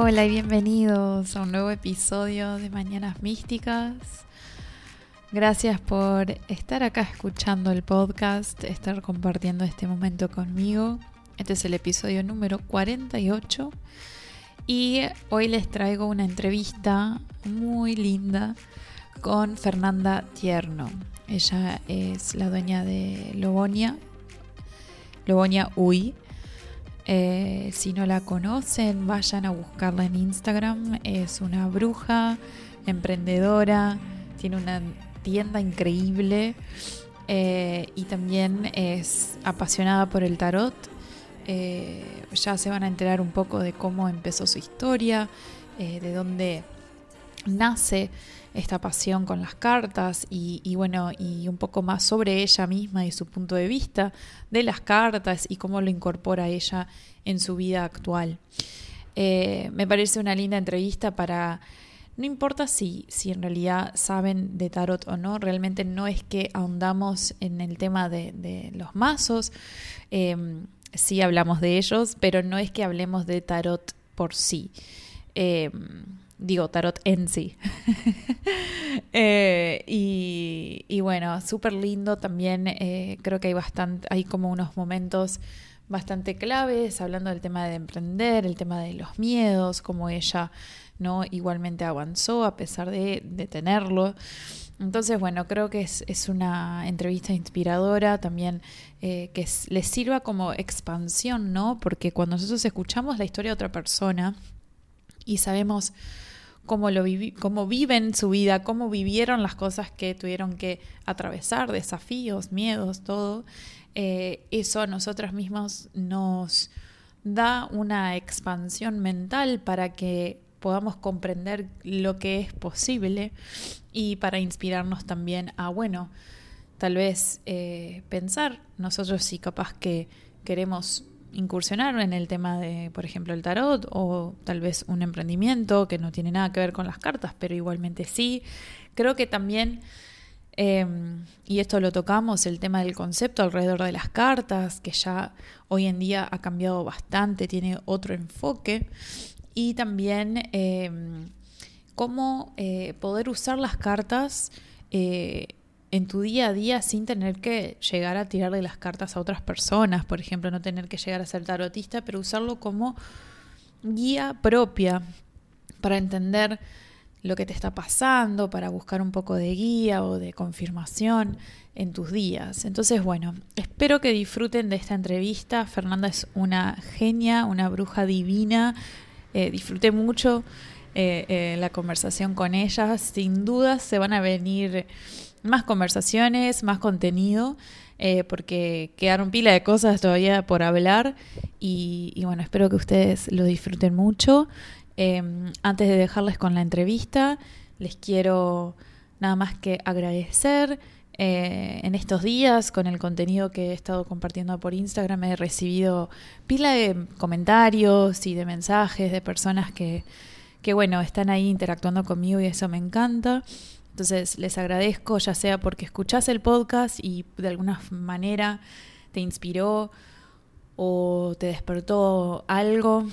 Hola y bienvenidos a un nuevo episodio de Mañanas Místicas. Gracias por estar acá escuchando el podcast, estar compartiendo este momento conmigo. Este es el episodio número 48 y hoy les traigo una entrevista muy linda con Fernanda Tierno. Ella es la dueña de Lobonia Uy. Si no la conocen, vayan a buscarla en Instagram. Es una bruja, emprendedora, tiene una tienda increíble y también es apasionada por el tarot. Ya se van a enterar un poco de cómo empezó su historia, de dónde nace esta pasión con las cartas y un poco más sobre ella misma y su punto de vista de las cartas y cómo lo incorpora ella en su vida actual. Me parece una linda entrevista para, no importa si en realidad saben de tarot o no, realmente no es que ahondamos en el tema de los mazos, sí hablamos de ellos, pero no es que hablemos de tarot por sí. Digo, tarot en sí. Y bueno, súper lindo también. Creo que hay como unos momentos bastante claves, hablando del tema de emprender, el tema de los miedos, cómo ella, ¿no?, igualmente avanzó a pesar de tenerlo. Entonces, bueno, creo que es una entrevista inspiradora también, que les sirva como expansión, ¿no? Porque cuando nosotros escuchamos la historia de otra persona y sabemos cómo viven su vida, cómo vivieron las cosas que tuvieron que atravesar, desafíos, miedos, todo, eso a nosotros mismos nos da una expansión mental para que podamos comprender lo que es posible y para inspirarnos también a, tal vez pensar nosotros si capaz que queremos incursionar en el tema de, por ejemplo, el tarot o tal vez un emprendimiento que no tiene nada que ver con las cartas, pero igualmente sí. Creo que también, y esto lo tocamos, el tema del concepto alrededor de las cartas, que ya hoy en día ha cambiado bastante, tiene otro enfoque, y también cómo poder usar las cartas en tu día a día sin tener que llegar a tirarle las cartas a otras personas, por ejemplo, no tener que llegar a ser tarotista, pero usarlo como guía propia para entender lo que te está pasando, para buscar un poco de guía o de confirmación en tus días. Entonces, espero que disfruten de esta entrevista. Fernanda es una genia, una bruja divina. Disfruté mucho la conversación con ella. Sin duda se van a venir más conversaciones, más contenido, porque quedaron pila de cosas todavía por hablar y espero que ustedes lo disfruten mucho. Antes de dejarles con la entrevista, les quiero nada más que agradecer. En estos días, con el contenido que he estado compartiendo por Instagram, he recibido pila de comentarios y de mensajes de personas que están ahí interactuando conmigo y eso me encanta. Entonces les agradezco, ya sea porque escuchás el podcast y de alguna manera te inspiró o te despertó algo.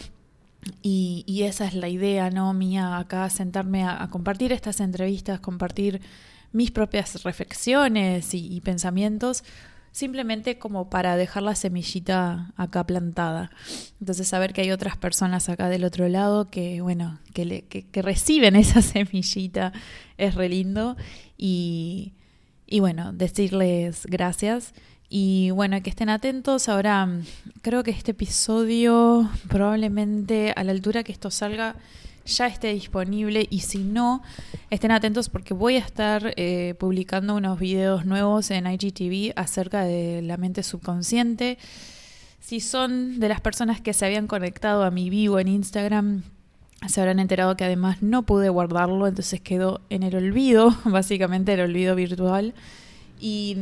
Y esa es la idea, ¿no?, mía acá, sentarme a compartir estas entrevistas, compartir mis propias reflexiones y pensamientos, simplemente como para dejar la semillita acá plantada. Entonces saber que hay otras personas acá del otro lado que reciben esa semillita es re lindo y decirles gracias y que estén atentos. Ahora creo que este episodio probablemente a la altura que esto salga ya esté disponible y si no, estén atentos porque voy a estar publicando unos videos nuevos en IGTV acerca de la mente subconsciente. Si son de las personas que se habían conectado a mi vivo en Instagram, se habrán enterado que además no pude guardarlo, entonces quedó en el olvido, básicamente el olvido virtual. Y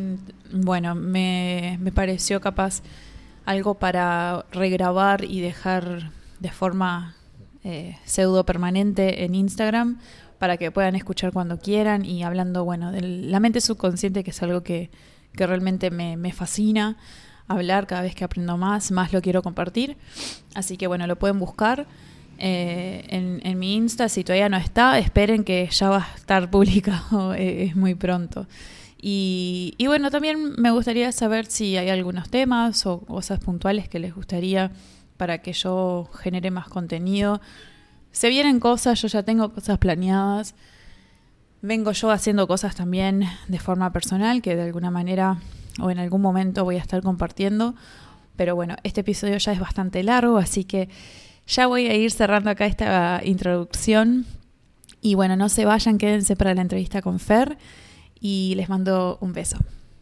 me pareció capaz algo para regrabar y dejar de forma pseudo permanente en Instagram para que puedan escuchar cuando quieran y hablando de la mente subconsciente, que es algo que realmente me fascina hablar. Cada vez que aprendo más lo quiero compartir, así que lo pueden buscar en mi Insta. Si todavía no está, esperen que ya va a estar publicado, es muy pronto. Y bueno, también me gustaría saber si hay algunos temas o cosas puntuales que les gustaría para que yo genere más contenido. Se vienen cosas, yo ya tengo cosas planeadas. Vengo yo haciendo cosas también de forma personal que de alguna manera o en algún momento voy a estar compartiendo. Pero bueno, este episodio ya es bastante largo, así que ya voy a ir cerrando acá esta introducción. Y bueno, no se vayan, quédense para la entrevista con Fer y les mando un beso.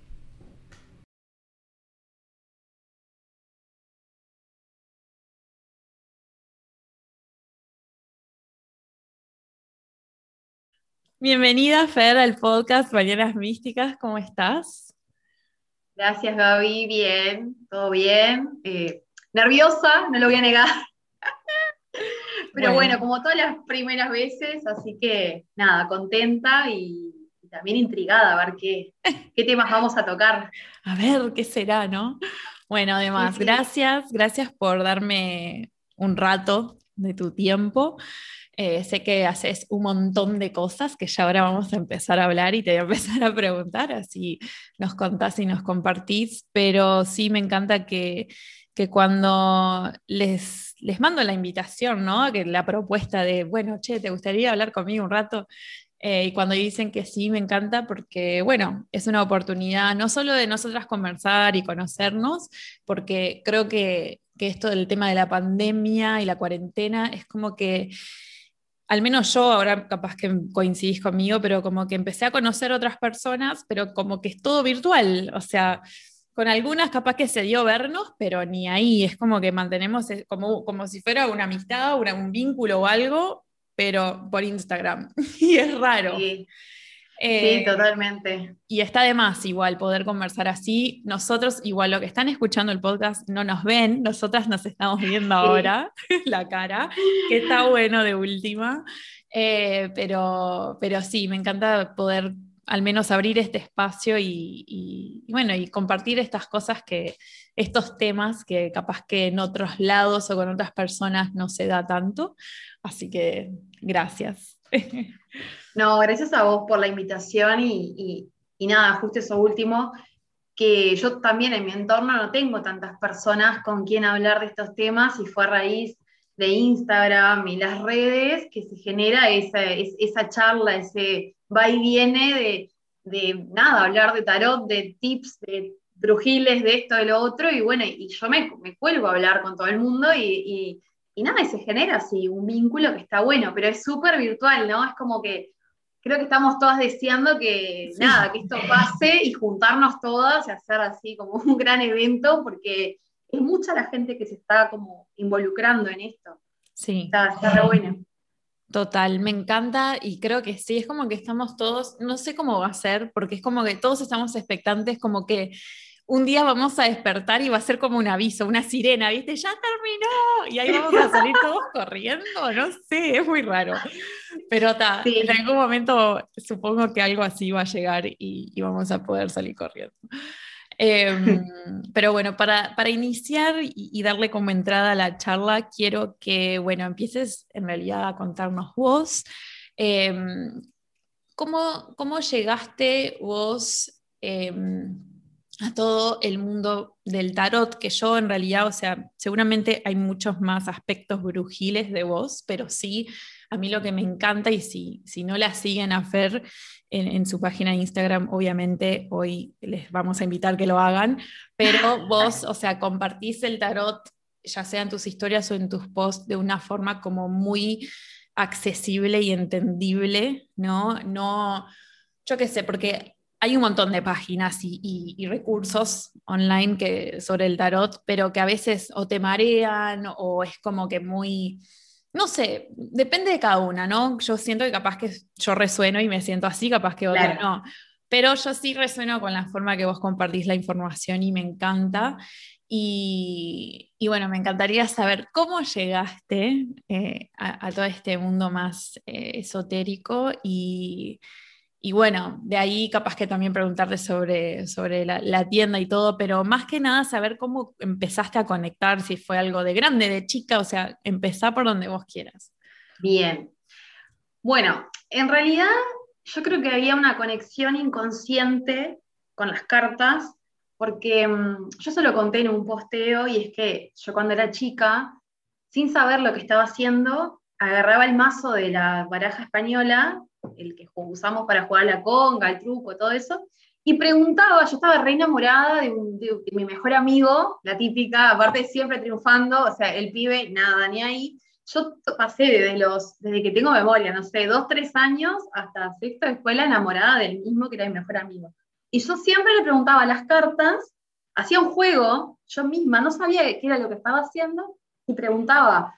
Bienvenida, Fer, al podcast Mañanas Místicas. ¿Cómo estás? Gracias, Gaby. Bien, todo bien. Nerviosa, no lo voy a negar, pero bueno, Bueno, como todas las primeras veces, así que nada, contenta y también intrigada a ver qué temas vamos a tocar. a ver qué será, ¿no? Bueno, Sí, además, sí, gracias por darme un rato de tu tiempo. Sé que haces un montón de cosas que ya ahora vamos a empezar a hablar y te voy a empezar a preguntar, así nos contás y nos compartís, pero sí me encanta que cuando les mando la invitación, ¿no? Que la propuesta de, bueno, che, ¿te gustaría hablar conmigo un rato? Y cuando dicen que sí, me encanta porque, bueno, es una oportunidad no solo de nosotras conversar y conocernos, porque creo que esto del tema de la pandemia y la cuarentena es como que al menos yo, ahora capaz que coincidís conmigo, pero como que empecé a conocer otras personas, pero como que es todo virtual, o sea, con algunas capaz que se dio vernos, pero ni ahí, es como que mantenemos como si fuera una amistad, un vínculo o algo, pero por Instagram, y es raro. sí, Eh, sí, totalmente. y está de más igual poder conversar así. Nosotros, igual lo que están escuchando el podcast, no nos ven, nosotras nos estamos viendo Sí. ahora la cara, que está bueno de última. Pero sí, me encanta poder al menos abrir este espacio y bueno, y compartir estas cosas estos temas que capaz que en otros lados o con otras personas no se da tanto. Así que gracias. No, gracias a vos por la invitación y nada, justo eso último, que yo también en mi entorno no tengo tantas personas con quien hablar de estos temas y fue a raíz de Instagram y las redes que se genera esa charla, ese va y viene de nada, hablar de tarot, de tips, de brujiles, de esto, de lo otro, y bueno, y yo me cuelgo a hablar con todo el mundo y nada, y se genera así un vínculo que está bueno, pero es súper virtual, ¿no? Es como que creo que estamos todas deseando que Sí, nada, que esto pase y juntarnos todas y hacer así como un gran evento, porque es mucha la gente que se está como involucrando en esto. sí. Está re bueno. Total, me encanta y creo que sí, es como que estamos todos, no sé cómo va a ser, porque es como que todos estamos expectantes, como que un día vamos a despertar y va a ser como un aviso, una sirena, ¿viste? Ya terminó y ahí vamos a salir todos corriendo, no sé, es muy raro, pero está, en Sí, algún momento supongo que algo así va a llegar y vamos a poder salir corriendo. Em, pero bueno, para iniciar y darle como entrada a la charla, quiero que, bueno, empieces en realidad a contarnos vos, em, cómo llegaste vos a todo el mundo del tarot, que yo en realidad, o sea, seguramente hay muchos más aspectos brujiles de vos, pero sí, a mí lo que me encanta, y si no la siguen a Fer en su página de Instagram, obviamente hoy les vamos a invitar que lo hagan, pero vos, o sea, compartís el tarot, ya sea en tus historias o en tus posts, de una forma como muy accesible y entendible, ¿no? No, yo qué sé, porque hay un montón de páginas y recursos online sobre el tarot, pero que a veces o te marean o es como que muy, no sé, depende de cada una, ¿no? Yo siento que capaz que yo resueno y me siento así, capaz que otra claro. no. Pero yo sí resueno con la forma que vos compartís la información y me encanta. Y bueno, me encantaría saber cómo llegaste a todo este mundo más esotérico Y bueno, de ahí capaz que también preguntarte sobre la tienda y todo, pero más que nada saber cómo empezaste a conectar, si fue algo de grande, de chica, o sea, empezá por donde vos quieras. Bien. Bueno, en realidad yo creo que había una conexión inconsciente con las cartas, porque yo se lo conté en un posteo y es que yo cuando era chica, sin saber lo que estaba haciendo, agarraba el mazo de la baraja española, el que usamos para jugar a la conga, el truco, todo eso, y preguntaba, yo estaba re enamorada de mi mejor amigo, la típica, aparte siempre triunfando, o sea, el pibe, nada, ni ahí. Yo pasé desde que tengo memoria, no sé, 2, 3 años hasta sexto de escuela enamorada del mismo que era mi mejor amigo. Y yo siempre le preguntaba las cartas, hacía un juego, yo misma no sabía qué era lo que estaba haciendo, y preguntaba,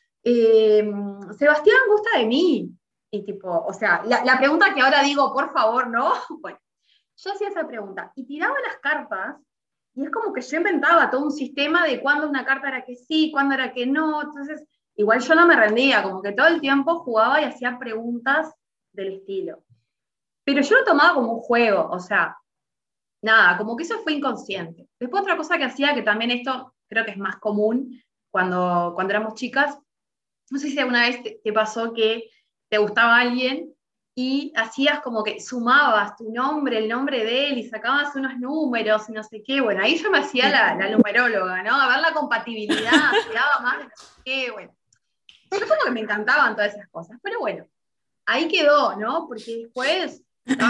Sebastián gusta de mí. Y tipo, o sea, la pregunta que ahora digo, por favor, ¿no? Bueno, yo hacía esa pregunta y tiraba las cartas y es como que yo inventaba todo un sistema de cuándo una carta era que sí, cuándo era que no. Entonces, igual yo no me rendía, como que todo el tiempo jugaba y hacía preguntas del estilo. Pero yo lo tomaba como un juego, o sea, nada, como que eso fue inconsciente. Después otra cosa que hacía, que también esto creo que es más común cuando éramos chicas, no sé si alguna vez te pasó que te gustaba alguien y hacías como que sumabas tu nombre, el nombre de él y sacabas unos números y no sé qué. Bueno, ahí yo me hacía Sí. la numeróloga, ¿no? A ver la compatibilidad, si daba más de no sé qué, bueno. Yo como que me encantaban todas esas cosas, pero bueno, ahí quedó, ¿no? Porque después,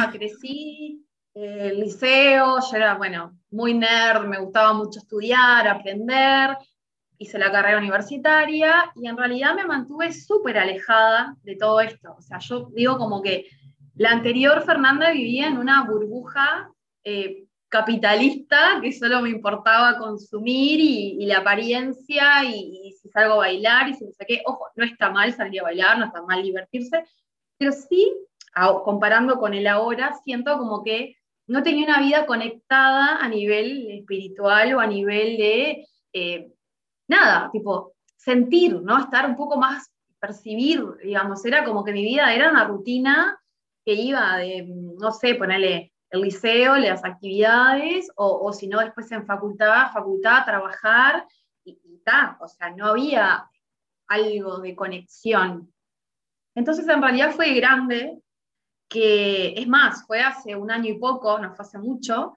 crecí, el liceo, yo era, bueno, muy nerd, me gustaba mucho estudiar, aprender, hice la carrera universitaria y en realidad me mantuve súper alejada de todo esto. O sea, yo digo como que la anterior Fernanda vivía en una burbuja capitalista que solo me importaba consumir y la apariencia y si salgo a bailar y si me saqué, ojo, no está mal salir a bailar, no está mal divertirse, pero sí, comparando con el ahora, siento como que no tenía una vida conectada a nivel espiritual o a nivel de nada, tipo, sentir, ¿no? Estar un poco más, percibir, digamos, era como que mi vida era una rutina que iba de, no sé, ponerle el liceo, las actividades, o si no, después en facultad, trabajar, y ta, o sea, no había algo de conexión. Entonces, en realidad fue grande, que es más, fue hace un año y poco, no fue hace mucho,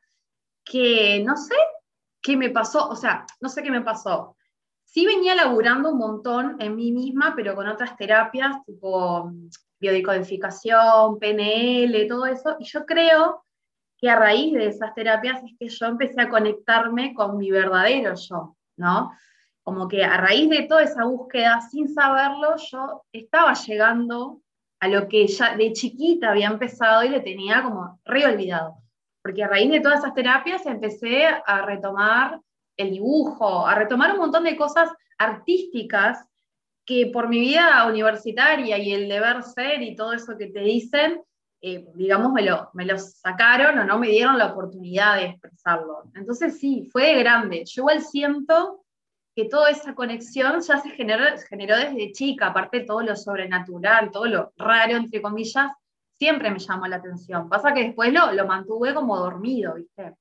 que no sé qué me pasó, o sea, no sé qué me pasó. Sí venía laburando un montón en mí misma, pero con otras terapias, tipo biodecodificación, PNL, todo eso, y yo creo que a raíz de esas terapias es que yo empecé a conectarme con mi verdadero yo, ¿no? Como que a raíz de toda esa búsqueda, sin saberlo, yo estaba llegando a lo que ya de chiquita había empezado y le tenía como reolvidado. Porque a raíz de todas esas terapias empecé a retomar el dibujo, a retomar un montón de cosas artísticas que por mi vida universitaria y el deber ser y todo eso que te dicen, digamos, me lo sacaron o no me dieron la oportunidad de expresarlo. Entonces sí, fue grande. Yo igual siento que toda esa conexión ya generó desde chica, aparte de todo lo sobrenatural, todo lo raro, entre comillas, siempre me llamó la atención. Pasa que después lo mantuve como dormido, ¿viste?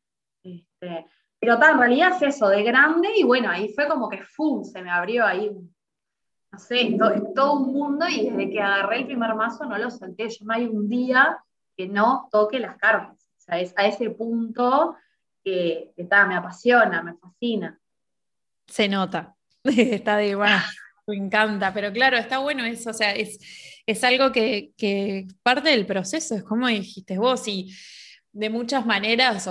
Pero tal, en realidad es eso, de grande, y bueno, ahí fue como que ¡fum! Se me abrió ahí, no sé, todo un mundo, y desde que agarré el primer mazo no lo solté. Yo no hay un día que no toque las cartas. O sea, es a ese punto que me apasiona, me fascina. Se nota, está de más, me encanta, pero claro, está bueno eso, o sea, es algo que parte del proceso, es como dijiste vos, y de muchas maneras,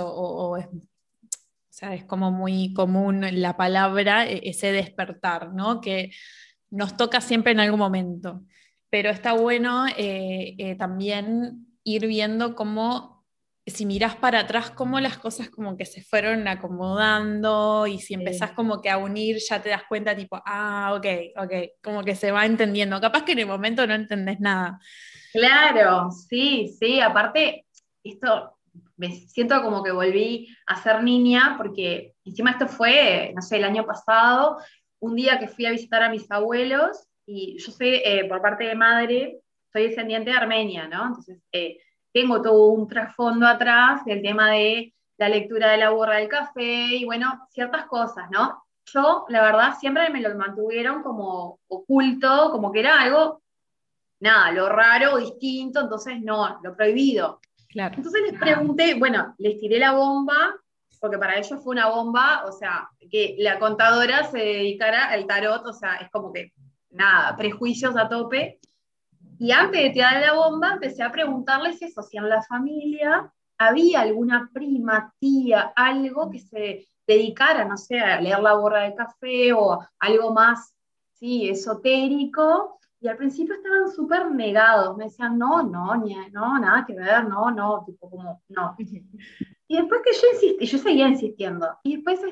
o sea, es como muy común la palabra, ese despertar, ¿no? Que nos toca siempre en algún momento, pero está bueno también ir viendo cómo si mirás para atrás, cómo las cosas como que se fueron acomodando y si empezás como que a unir, ya te das cuenta tipo, ah, ok, ok, como que se va entendiendo. Capaz que en el momento no entendés nada. Claro, sí, sí, aparte, esto me siento como que volví a ser niña, porque encima esto fue, no sé, el año pasado, un día que fui a visitar a mis abuelos, y yo soy, por parte de madre, soy descendiente de Armenia, ¿no? Entonces, tengo todo un trasfondo atrás del tema de la lectura de la borra del café y bueno, ciertas cosas, ¿no? Yo, la verdad, siempre me lo mantuvieron como oculto, como que era algo, nada, lo raro, distinto, entonces no, lo prohibido. Claro. Entonces les pregunté, bueno, les tiré la bomba, porque para ellos fue una bomba, o sea, que la contadora se dedicara al tarot, o sea, es como que, nada, prejuicios a tope. Y antes de tirar la bomba, empecé a preguntarles eso, si en la familia había alguna prima, tía, algo que se dedicara, no sé, a leer la borra de café o algo más, sí, esotérico. Y al principio estaban súper negados, me decían, no, no, no, nada que ver, no, no, tipo como, no. Y después que yo insistí, yo seguía insistiendo. Y después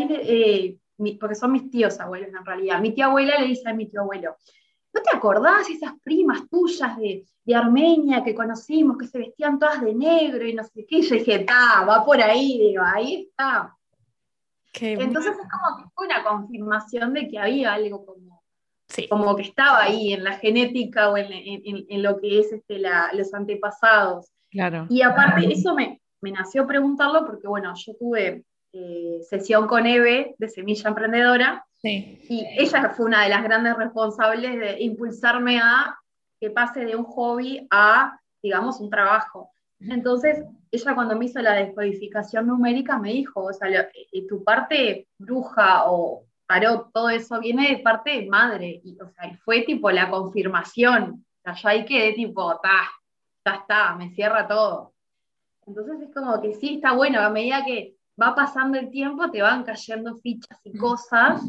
porque son mis tíos abuelos en realidad, mi tía abuela le dice a mi tío abuelo, ¿no te acordás esas primas tuyas de Armenia que conocimos, que se vestían todas de negro y no sé qué? Y yo dije, va por ahí, digo, ahí está. Qué Entonces bueno. es como que fue una confirmación de que había algo Sí, como que estaba ahí en la genética o en lo que es los antepasados. claro. Y aparte, eso me nació preguntarlo porque, bueno, yo tuve sesión con Eve de Semilla Emprendedora Sí. y ella fue una de las grandes responsables de impulsarme a que pase de un hobby a, digamos, un trabajo. Entonces, ella cuando me hizo la descodificación numérica me dijo, o sea, tu parte bruja o tarot, todo eso viene de parte de madre. Y, o sea, y fue tipo la confirmación. O sea, yo ahí quedé tipo, ya está, me cierra todo. Entonces es como que sí, está bueno, a medida que va pasando el tiempo te van cayendo fichas y cosas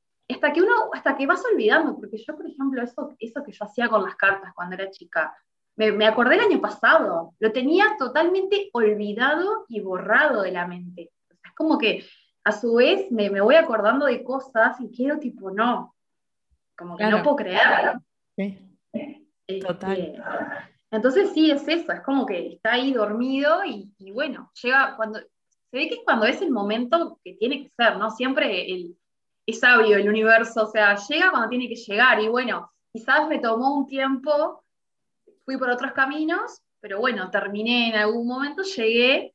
hasta que vas olvidando, porque yo, por ejemplo, eso que yo hacía con las cartas cuando era chica, me acordé el año pasado, lo tenía totalmente olvidado y borrado de la mente. O sea, es como que a su vez me voy acordando de cosas y quedo tipo, no, como que no Claro. puedo creerlo. Sí, total. Este, entonces sí, es eso, es como que está ahí dormido y bueno, llega cuando, se ve que es cuando es el momento que tiene que ser, ¿no? Siempre es sabio el universo, o sea, llega cuando tiene que llegar y bueno, quizás me tomó un tiempo, fui por otros caminos, pero bueno, terminé en algún momento, llegué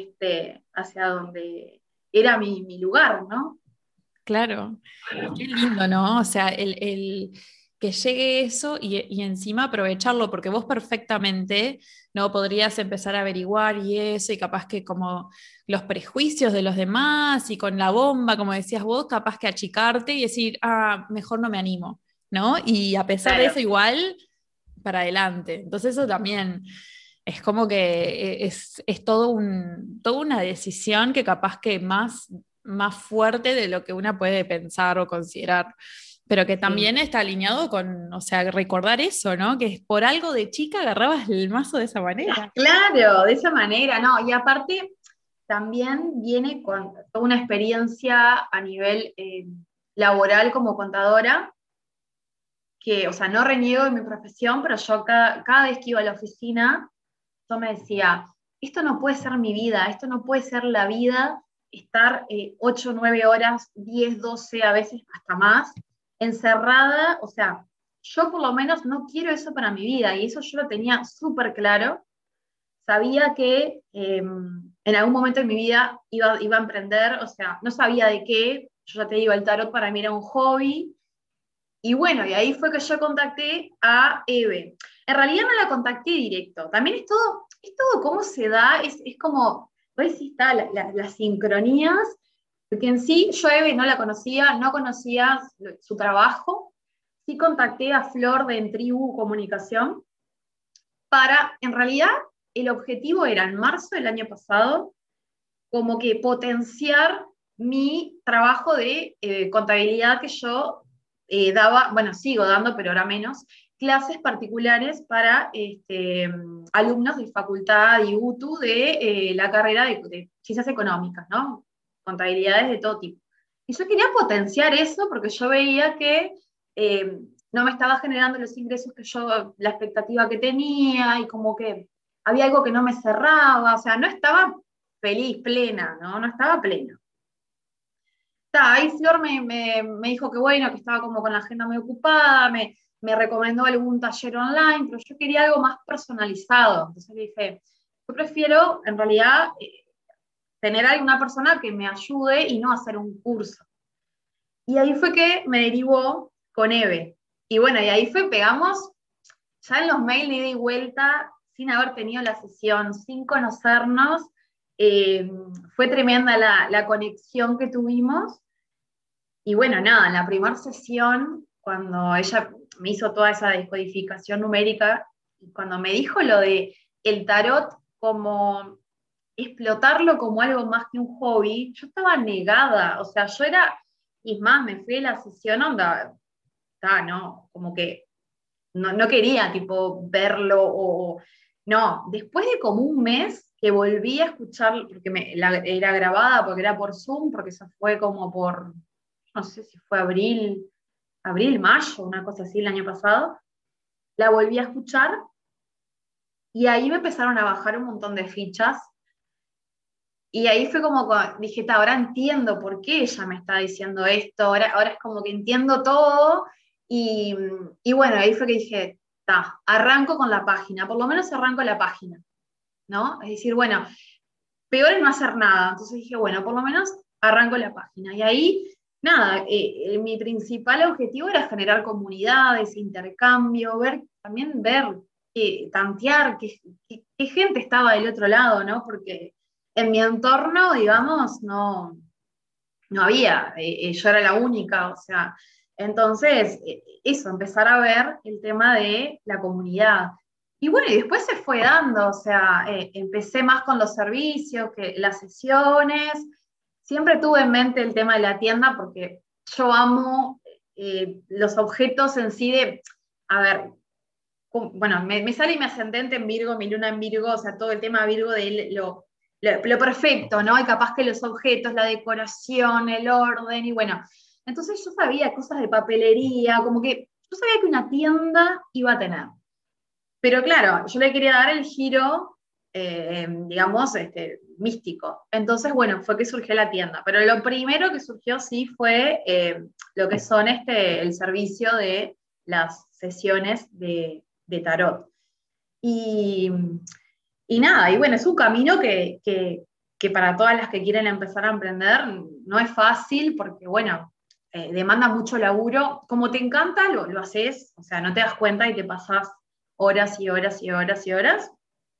hacia donde era mi lugar, ¿no? Claro. Y qué lindo, ¿no? O sea, el que llegue eso y encima aprovecharlo, porque vos perfectamente no podrías empezar a averiguar y eso, y capaz que como los prejuicios de los demás y con la bomba, como decías vos, capaz que achicarte y decir, ah, mejor no me animo, ¿no? Y a pesar de Claro. eso, igual, para adelante. Entonces eso también es como que es todo toda una decisión que capaz que más fuerte de lo que una puede pensar o considerar, pero que Sí. también está alineado con, o sea, recordar eso, ¿no? Que por algo de chica agarrabas el mazo de esa manera. Claro, de esa manera, ¿no? Y aparte, también viene con toda una experiencia a nivel laboral como contadora, que, o sea, no reniego de mi profesión, pero yo cada vez que iba a la oficina, yo me decía, esto no puede ser mi vida, esto no puede ser la vida, estar 8, 9 horas, 10, 12, a veces hasta más, encerrada, o sea, yo por lo menos no quiero eso para mi vida, y eso yo lo tenía súper claro. Sabía que en algún momento de mi vida iba a emprender, o sea, no sabía de qué, yo ya te digo, el tarot para mí era un hobby, y bueno, y ahí fue que yo contacté a Eve. En realidad no la contacté directo, también es todo cómo se da, es como, pues sí está, las sincronías, porque en sí yo a Eve no la conocía, no conocía su trabajo, sí contacté a Flor de En Tribu Comunicación, en realidad, el objetivo era en marzo del año pasado, como que potenciar mi trabajo de contabilidad que yo daba, bueno, sigo dando, pero ahora menos, clases particulares para alumnos de facultad y UTU de la carrera de ciencias económicas, ¿no? Contabilidades de todo tipo. Y yo quería potenciar eso porque yo veía que eh, no me estaba generando los ingresos que yo, la expectativa que tenía y como que había algo que no me cerraba, o sea, no estaba feliz, plena, ¿no? No estaba plena. Ahí Flor me dijo que bueno, que estaba como con la agenda muy ocupada, me recomendó algún taller online, pero yo quería algo más personalizado. Entonces le dije, yo prefiero en realidad tener a alguna persona que me ayude y no hacer un curso. Y ahí fue que me derivó con Eve. Y bueno, y ahí pegamos ya en los mails de ida y vuelta, sin haber tenido la sesión, sin conocernos. Fue tremenda la conexión que tuvimos. Y bueno, nada, en la primera sesión, cuando ella me hizo toda esa descodificación numérica, y cuando me dijo lo de el tarot como explotarlo como algo más que un hobby, yo estaba negada, o sea, yo era, y es más, me fui de la sesión, onda, no, como que no quería tipo verlo no, después de como un mes que volví a escuchar, porque era grabada, porque era por Zoom, porque eso fue como por, no sé si fue mayo, una cosa así el año pasado, la volví a escuchar y ahí me empezaron a bajar un montón de fichas y ahí fue como, dije, ahora entiendo por qué ella me está diciendo esto, ahora es como que entiendo todo y, y bueno, ahí fue que dije, arranco con la página, por lo menos arranco la página, ¿no? Es decir, bueno, peor es no hacer nada, entonces dije, bueno, por lo menos arranco la página y ahí, nada, mi principal objetivo era generar comunidades, intercambio, también ver, tantear qué gente estaba del otro lado, ¿no? Porque en mi entorno, digamos, no había, yo era la única, o sea, entonces, eso, empezar a ver el tema de la comunidad. Y bueno, y después se fue dando, o sea, empecé más con los servicios, que las sesiones, siempre tuve en mente el tema de la tienda porque yo amo los objetos en sí de, a ver, bueno, me sale mi ascendente en Virgo, mi luna en Virgo, o sea, todo el tema Virgo de lo perfecto, ¿no? Y capaz que los objetos, la decoración, el orden, y bueno, entonces yo sabía cosas de papelería, como que yo sabía que una tienda iba a tener. Pero claro, yo le quería dar el giro, digamos, místico. Entonces, bueno, fue que surgió la tienda. Pero lo primero que surgió sí fue lo que son el servicio de las sesiones de tarot. Y, y nada, y bueno, es un camino que para todas las que quieren empezar a emprender no es fácil porque, bueno, demanda mucho laburo. Como te encanta, lo haces, o sea, no te das cuenta y te pasas horas y horas y horas y horas,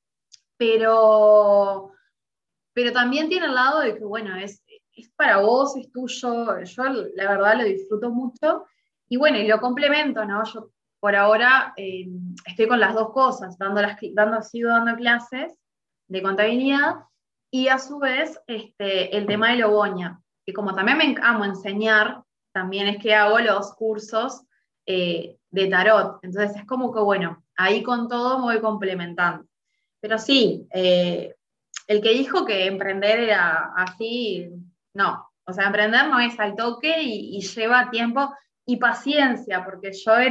pero, pero también tiene el lado de que, bueno, es para vos, es tuyo, yo la verdad lo disfruto mucho, y bueno, y lo complemento, ¿no? Yo por ahora estoy con las dos cosas, sigo dando clases de contabilidad, y a su vez el tema de Logoña, que como también me amo enseñar, también es que hago los cursos de tarot, entonces es como que, bueno, ahí con todo me voy complementando. Pero sí, el que dijo que emprender era así, no. O sea, emprender no es al toque y lleva tiempo y paciencia, porque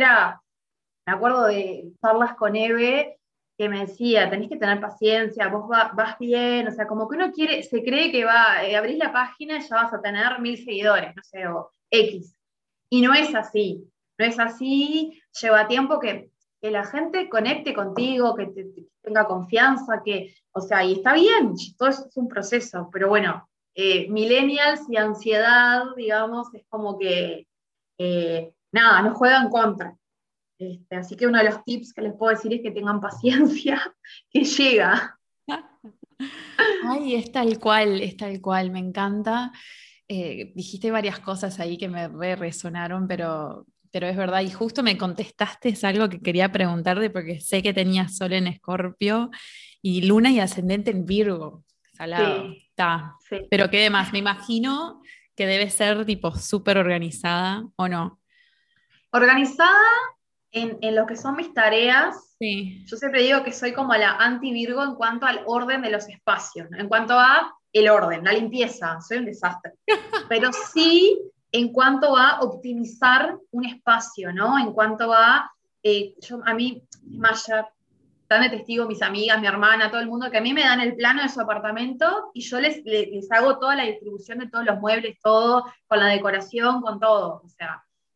me acuerdo de charlas con Eve que me decía, tenés que tener paciencia, vos vas bien, o sea, como que uno se cree que abrís la página y ya vas a tener 1000 seguidores, no sé, o X. Y no es así, no es así, lleva tiempo que la gente conecte contigo, que tenga confianza, o sea, y está bien, todo eso es un proceso, pero bueno, millennials y ansiedad, digamos, es como que, nada, nos juegan contra. Así que uno de los tips que les puedo decir es que tengan paciencia, que llega. Ay, es tal cual, me encanta. Dijiste varias cosas ahí que me re resonaron, pero es verdad, y justo me contestaste, es algo que quería preguntarte porque sé que tenías Sol en Escorpio y Luna y ascendente en Virgo, salado, Sí, está. sí. Pero ¿qué demás? Me imagino que debe ser tipo súper organizada, ¿o no? Organizada en lo que son mis tareas, Sí. yo siempre digo que soy como la anti-Virgo en cuanto al orden de los espacios, ¿no? En cuanto a el orden, la limpieza, soy un desastre. Pero sí en cuanto a optimizar un espacio, ¿no? En cuanto a, a mí, más ya están de testigo mis amigas, mi hermana, todo el mundo, que a mí me dan el plano de su apartamento y yo les hago toda la distribución de todos los muebles, todo, con la decoración, con todo. O sea,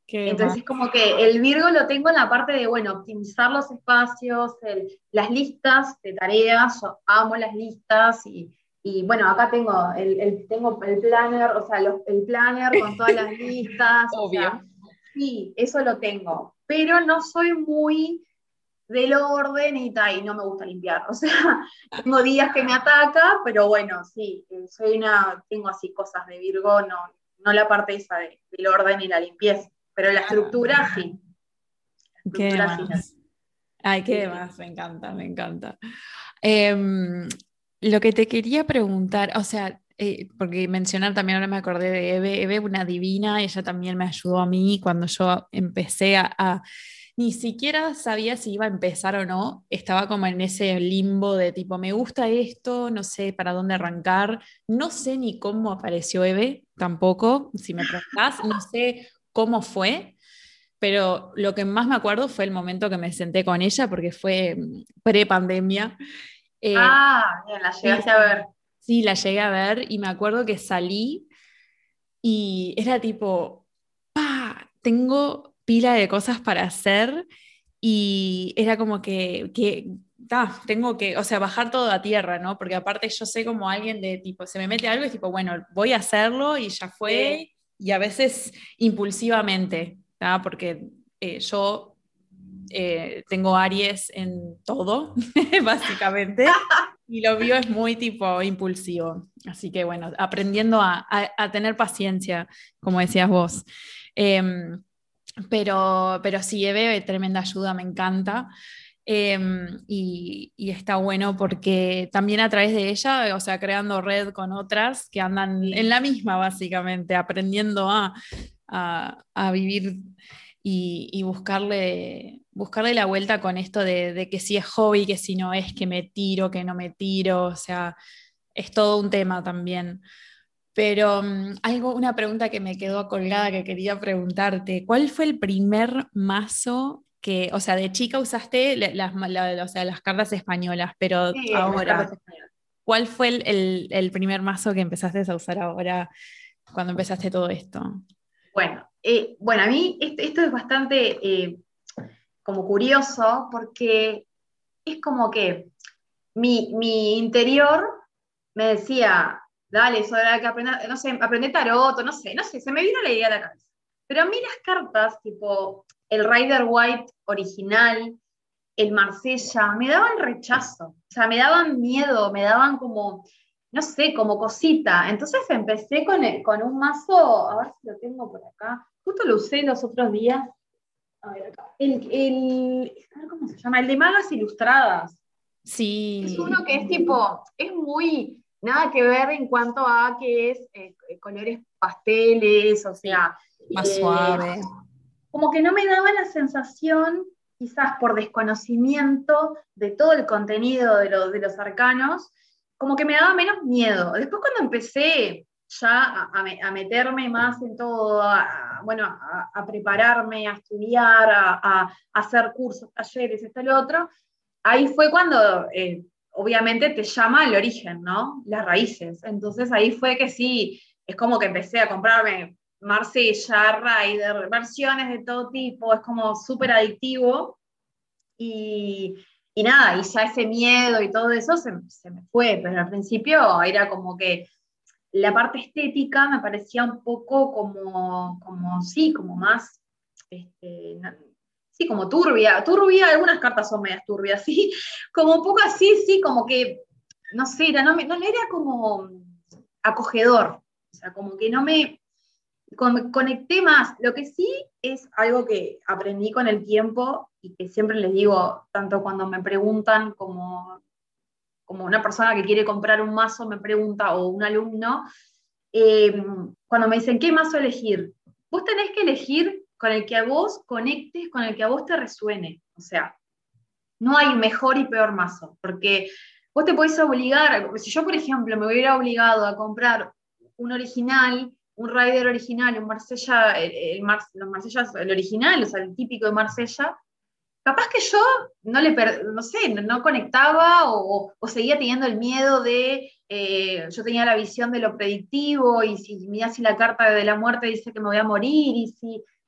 Qué más. Entonces es como que el Virgo lo tengo en la parte de, bueno, optimizar los espacios, las listas de tareas, yo amo las listas y bueno, acá tengo el planner, o sea, el planner con todas las listas, o Obvio. sea, sí, eso lo tengo, pero no soy muy del orden y no me gusta limpiar, o sea, tengo días que me ataca, pero bueno, sí, tengo así cosas de Virgo, no la parte esa del orden y la limpieza, pero la estructura sí, la ¿Qué estructura sí, más? Ay, sí, qué sí. más, me encanta, me encanta. Em, lo que te quería preguntar, o sea, porque mencionar también ahora me acordé de Eve, Eve una divina, ella también me ayudó a mí cuando yo empecé ni siquiera sabía si iba a empezar o no, estaba como en ese limbo de tipo, me gusta esto, no sé para dónde arrancar, no sé ni cómo apareció Eve tampoco, si me preguntás, no sé cómo fue. Pero lo que más me acuerdo fue el momento que me senté con ella, porque fue pre-pandemia. Eh, Ah, bien, la sí, llegaste a sí, ver. sí, la llegué a ver y me acuerdo que salí y era tipo, ¡pa! Tengo pila de cosas para hacer y era como tengo que, o sea, bajar todo a tierra, ¿no? Porque aparte yo sé como alguien de tipo, se me mete algo y es tipo, bueno, voy a hacerlo y ya Sí. fue, y a veces impulsivamente, ¿tá? Porque yo tengo Aries en todo, básicamente, y lo mío es muy tipo impulsivo. Así que bueno, aprendiendo a tener paciencia, como decías vos. Em, pero sí, Eve, tremenda ayuda, me encanta. Y está bueno porque también a través de ella, o sea, creando red con otras que andan en Sí. la misma, básicamente, aprendiendo a vivir y buscarle la vuelta con esto de que si es hobby, que si no es, que me tiro, que no me tiro, o sea, es todo un tema también. Pero una pregunta que me quedó colgada que quería preguntarte, ¿cuál fue el primer mazo que, o sea, de chica usaste o sea, las cartas españolas, pero Sí, las cartas ahora, españolas. ¿cuál fue el primer mazo que empezaste a usar ahora cuando empezaste todo esto? Bueno, a mí esto es bastante como curioso porque es como que mi interior me decía, dale, eso hay que aprender, no sé, aprender tarot, o no sé, se me vino la idea a la cabeza. Pero a mí las cartas, tipo el Rider White original, el Marsella, me daban rechazo, o sea, me daban miedo, me daban como, no sé, como cosita. Entonces empecé con un mazo, a ver si lo tengo por acá, justo lo usé los otros días, a ver acá, a ver cómo se llama, el de Magas Ilustradas. Es Sí, uno que es tipo, es muy, nada que ver en cuanto a que es colores pasteles, o sí, sea, más eh, suave. como que no me daba la sensación, quizás por desconocimiento de todo el contenido de los arcanos, como que me daba menos miedo. Después cuando empecé ya a meterme más en todo, bueno, a prepararme, a estudiar, a hacer cursos, talleres, esto y lo otro, ahí fue cuando obviamente te llama el origen, ¿no? Las raíces. Entonces ahí fue que sí, es como que empecé a comprarme Marsella, Rider, versiones de todo tipo, es como súper adictivo y, y nada, y ya ese miedo y todo eso se me fue, pero al principio era como que la parte estética me parecía un poco sí, como más, sí, como turbia, algunas cartas son medias turbias, sí, como un poco así, sí, como que, no sé, no era como acogedor, o sea, como que no me conecté más. Lo que sí es algo que aprendí con el tiempo y que siempre les digo, tanto cuando me preguntan como una persona que quiere comprar un mazo me pregunta, o un alumno, eh, cuando me dicen, ¿qué mazo elegir? Vos tenés que elegir con el que a vos conectes, con el que a vos te resuene. O sea, no hay mejor y peor mazo, porque vos te podés obligar, si yo, por ejemplo, me hubiera obligado a comprar un original, un Rider original, un Marsella, los Marsellas, el original, o sea, el típico de Marsella, capaz que yo no sé, no conectaba o seguía teniendo el miedo yo tenía la visión de lo predictivo y si mira si la carta de la muerte dice que me voy a morir y si,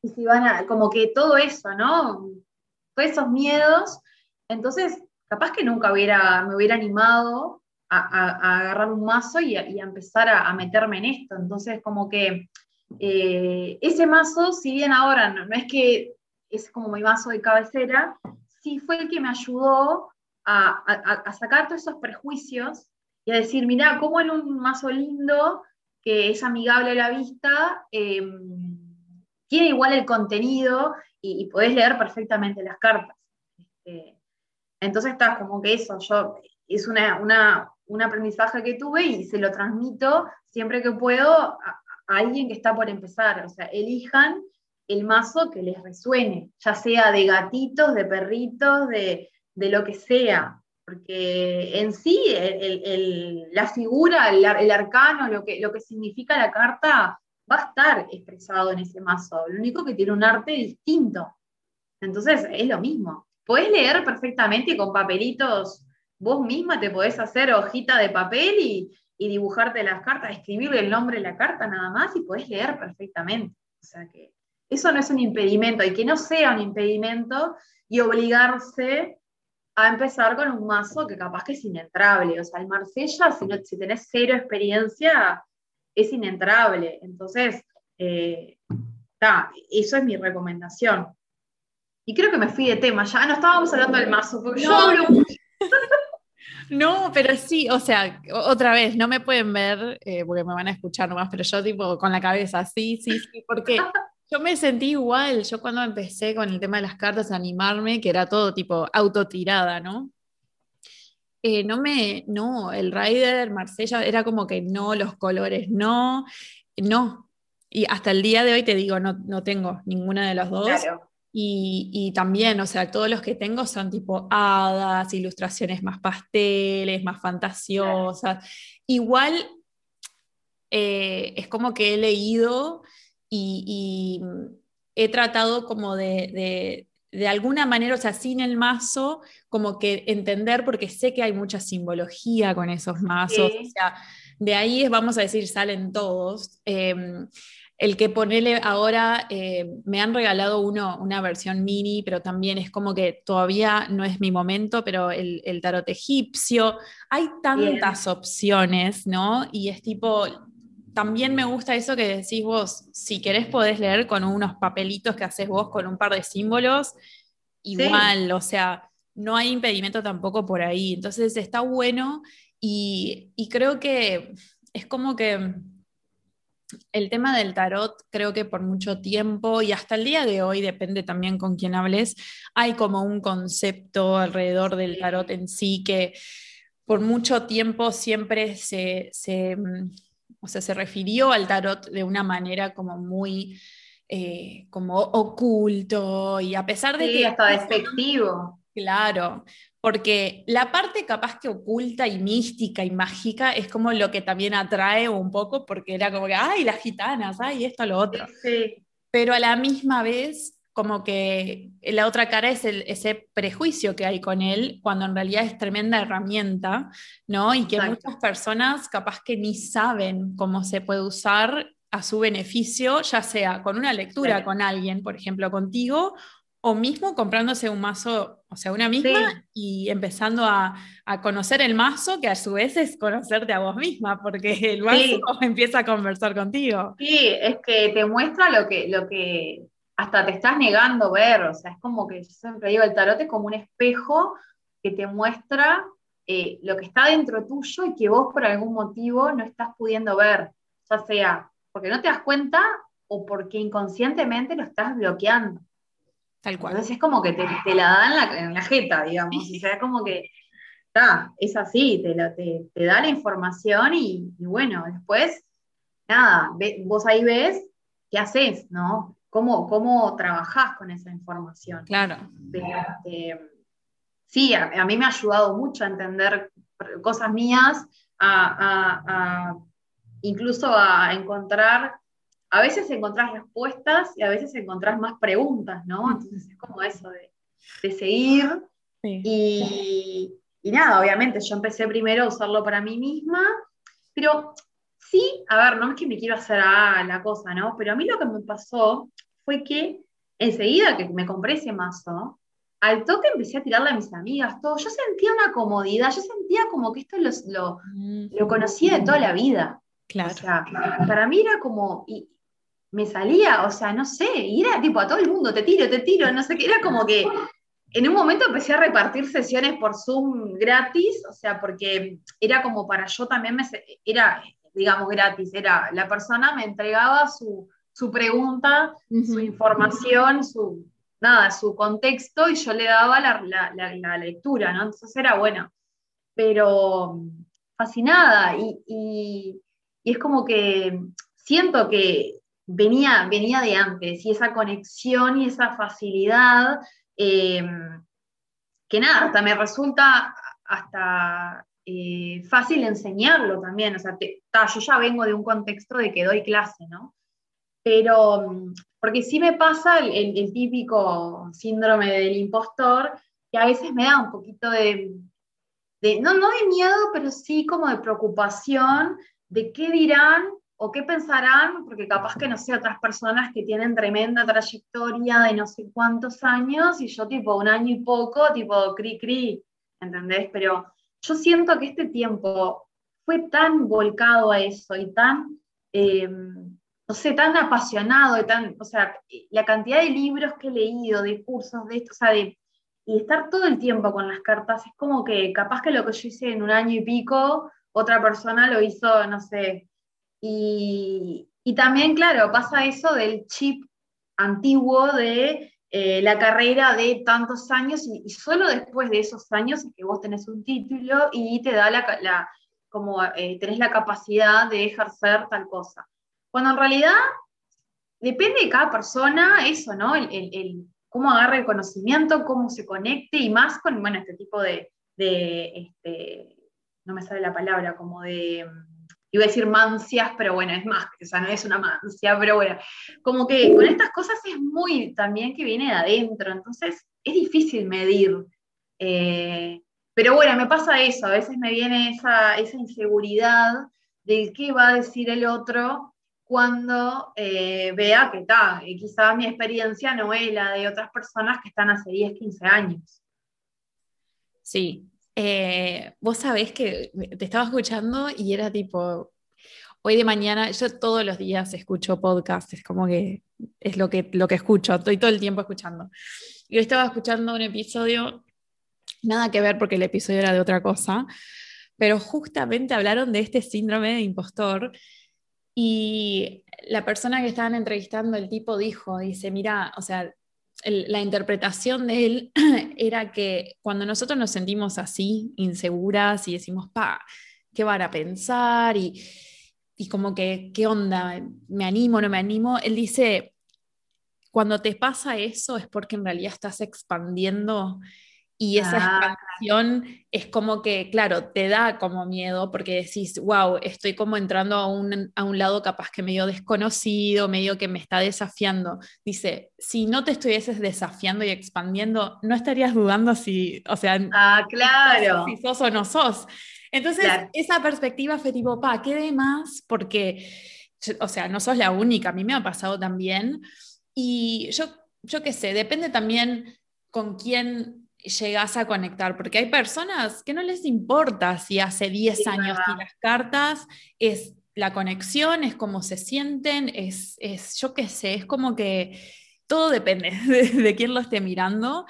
y si van a, como que todo eso, ¿no? Todos esos miedos. Entonces, capaz que nunca me hubiera animado a agarrar un mazo y a empezar a meterme en esto. Entonces, como que ese mazo, si bien ahora no es que es como mi mazo de cabecera, sí fue el que me ayudó a sacar todos esos prejuicios y a decir, mirá, cómo en un mazo lindo, que es amigable a la vista, tiene igual el contenido y podés leer perfectamente las cartas. Eh, entonces está como que eso, es un aprendizaje que tuve y se lo transmito siempre que puedo a alguien que está por empezar. O sea, elijan el mazo que les resuene, ya sea de gatitos, de perritos, de lo que sea. Porque en sí, la figura, el arcano, lo que significa la carta, va a estar expresado en ese mazo. Lo único que tiene un arte distinto. Entonces, es lo mismo. Podés leer perfectamente con papelitos, vos misma te podés hacer hojita de papel y dibujarte las cartas, escribirle el nombre de la carta nada más y podés leer perfectamente. O sea que eso no es un impedimento, y que no sea un impedimento y obligarse a empezar con un mazo que capaz que es inentrable. O sea, el Marsella, si tenés cero experiencia, es inentrable. Entonces, eso es mi recomendación. Y creo que me fui de tema, ya no estábamos hablando del mazo, porque yo No, hablo mucho. no, pero sí, o sea, otra vez, no me pueden ver porque me van a escuchar nomás, pero yo tipo con la cabeza, sí, sí, sí, porque yo me sentí igual, yo cuando empecé con el tema de las cartas, a animarme, que era todo tipo autotirada, ¿no? No, el Rider, Marsella, era como que no, los colores, no, no. Y hasta el día de hoy te digo, no, no tengo ninguna de las dos. Claro. Y también, o sea, todos los que tengo son tipo hadas, ilustraciones más pasteles, más Claro. fantasiosas. Igual es como que he leído y he tratado como de alguna manera, o sea, sin el mazo, como que entender, porque sé que hay mucha simbología con esos mazos, o Sí, sea, de ahí vamos a decir, salen todos. El que ponele ahora, me han regalado una versión mini, pero también es como que todavía no es mi momento, pero el tarot egipcio, hay bien. tantas opciones, ¿no? Y es tipo, también me gusta eso que decís vos, si querés podés leer con unos papelitos que haces vos con un par de símbolos, Sí, igual, o sea, no hay impedimento tampoco por ahí. Entonces está bueno y creo que es como que el tema del tarot, creo que por mucho tiempo y hasta el día de hoy, depende también con quién hables, hay como un concepto alrededor del tarot sí, en sí que por mucho tiempo siempre o sea, se refirió al tarot de una manera como muy como oculto y a pesar de sí, que hasta despectivo. claro, porque la parte capaz que oculta y mística y mágica es como lo que también atrae un poco, porque era como que, ay, las gitanas, ay, esto, lo Sí, otro. sí, Pero a la misma vez, como que la otra cara es ese prejuicio que hay con él, cuando en realidad es tremenda herramienta, ¿no? Y que muchas exacto. personas capaz que ni saben cómo se puede usar a su beneficio, ya sea con una lectura Claro. con alguien, por ejemplo, contigo, o mismo comprándose un mazo, o sea, una misma Sí, y empezando a conocer el mazo, que a su vez es conocerte a vos misma, porque el mazo sí, empieza a conversar contigo. sí, es que te muestra lo que hasta te estás negando ver. O sea, es como que yo siempre digo, el tarot es como un espejo que te muestra lo que está dentro tuyo y que vos por algún motivo no estás pudiendo ver, ya sea porque no te das cuenta o porque inconscientemente lo estás bloqueando. Tal cual. Entonces es como que te la da en la jeta, digamos. O sea, es como que es así, te da la información y bueno, después, nada, vos ahí ves qué haces, ¿no? ¿Cómo trabajás con esa información? Claro. Pero, sí, a mí me ha ayudado mucho a entender cosas mías, a incluso a encontrar, a veces encontrás respuestas y a veces encontrás más preguntas, ¿no? Entonces es como eso de seguir Sí. y nada, obviamente yo empecé primero a usarlo para mí misma, pero sí, a ver, no es que me quiero hacer la cosa, ¿no? Pero a mí lo que me pasó fue que enseguida que me compré ese mazo, al toque empecé a tirarle a mis amigas, todo. Yo sentía una comodidad, yo sentía como que esto lo Ujú. conocía de toda la vida. O Claro. sea, para mí era como, y me salía, o sea, no sé, y era tipo a todo el mundo, te tiro, no sé qué, era como que en un momento empecé a repartir sesiones por Zoom gratis, o sea, porque era como para yo también, era, digamos, gratis, era la persona me entregaba su pregunta, su Ujú. información, nada, su contexto, y yo le daba la lectura, ¿no? Entonces era bueno, pero fascinada, y es como que siento que venía de antes, y esa conexión y esa facilidad. eh, que nada, hasta me resulta hasta fácil enseñarlo también. O sea, yo ya vengo de un contexto de que doy clase, ¿no? Pero, porque sí me pasa el típico síndrome del impostor, que a veces me da un poquito no de miedo, pero sí como de preocupación de qué dirán o qué pensarán, porque capaz que no sé, otras personas que tienen tremenda trayectoria de no sé cuántos años y yo tipo un año y poco, tipo cri cri, ¿entendés? Pero yo siento que este tiempo fue tan volcado a eso y tan, no sé, tan apasionado y tan, o sea, la cantidad de libros que he leído, de cursos, de esto, o sea, y estar todo el tiempo con las cartas, es como que capaz que lo que yo hice en un año y pico, otra persona lo hizo, no sé. Y también, claro, pasa eso del chip antiguo de la carrera de tantos años, y solo después de esos años es que vos tenés un título y te da como tenés la capacidad de ejercer tal cosa. Cuando en realidad depende de cada persona eso, ¿no? Cómo agarre el conocimiento, cómo se conecte, y más con, bueno, este tipo no me sale la palabra, como iba a decir mancias, pero bueno, es más, o sea, no es una mancia, pero bueno, como que con estas cosas es muy también que viene de adentro, entonces es difícil medir. eh, pero bueno, me pasa eso, a veces me viene esa inseguridad del qué va a decir el otro cuando vea que quizá mi experiencia no es la de otras personas que están hace 10 15 años. Sí. Vos sabés que te estaba escuchando y era tipo, hoy de mañana, yo todos los días escucho podcasts, es como que es lo que escucho, estoy todo el tiempo escuchando. Y hoy estaba escuchando un episodio, nada que ver porque el episodio era de otra cosa, pero justamente hablaron de este síndrome de impostor. Y la persona que estaban entrevistando, el tipo dice, mira, o sea, la interpretación de él era que cuando nosotros nos sentimos así, inseguras y decimos, ¿qué van a pensar? Y como que, ¿qué onda? ¿Me animo, no me animo? Él dice, cuando te pasa eso es porque en realidad estás expandiendo y esa Ah, expansión es como que, claro, te da como miedo porque decís, wow, estoy como entrando a un lado capaz que medio desconocido, medio que me está desafiando. Dice, si no te estuvieses desafiando y expandiendo, no estarías dudando si, o sea, si claro, sos o no sos. Entonces, claro. esa perspectiva fue tipo, ¿qué de más? Porque, o sea, no sos la única, a mí me ha pasado también. Y yo qué sé, depende también con quién llegas a conectar, porque hay personas que no les importa si hace 10 Es años verdad. tiras cartas, es la conexión, es cómo se sienten, yo qué sé, es como que todo depende de quién lo esté mirando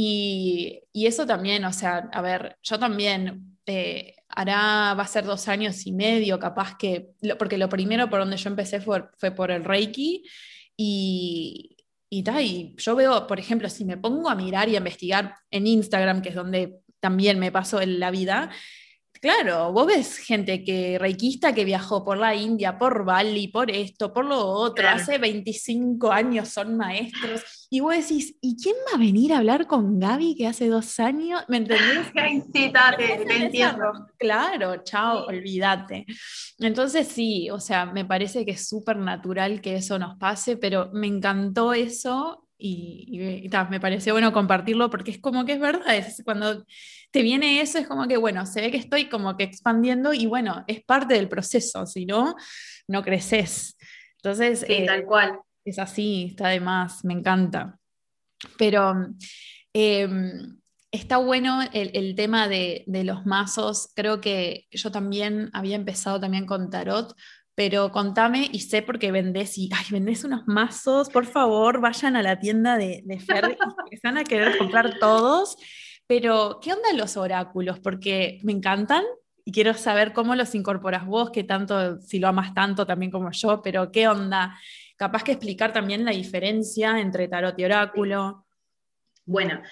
y eso también, o sea, a ver, yo también va a ser 2 años y medio, capaz que, porque lo primero por donde yo empecé fue por el Reiki y, y yo veo, por ejemplo, si me pongo a mirar y a investigar en Instagram, que es donde también me paso en la vida, claro, vos ves gente que reikista que viajó por la India, por Bali, por esto, por lo otro, Claro. hace 25 años son maestros, y vos decís, ¿y quién va a venir a hablar con Gaby que hace 2 años? ¿Me entendés? Ay, sí, Metés te en esa entiendo. rosca, claro, chao, Sí. olvídate. Entonces sí, o sea, me parece que es súper natural que eso nos pase, pero me encantó eso y me pareció bueno compartirlo porque es como que es verdad, cuando te viene eso es como que, bueno, se ve que estoy como que expandiendo y bueno, es parte del proceso, si no, no creces. Entonces, Sí, tal cual. Es así, está de más, me encanta. Pero eh, está bueno el tema de los mazos. Creo que yo también había empezado también con tarot, pero contame y sé porque vendés y, ay, vendés unos mazos, por favor, vayan a la tienda de Fer y se van a querer comprar todos. Pero, ¿qué onda los oráculos? Porque me encantan y quiero saber cómo los incorporas vos, qué tanto, si lo amas tanto también como yo, pero qué onda. Capaz que explicar también la diferencia entre tarot y Sí. oráculo. Bueno,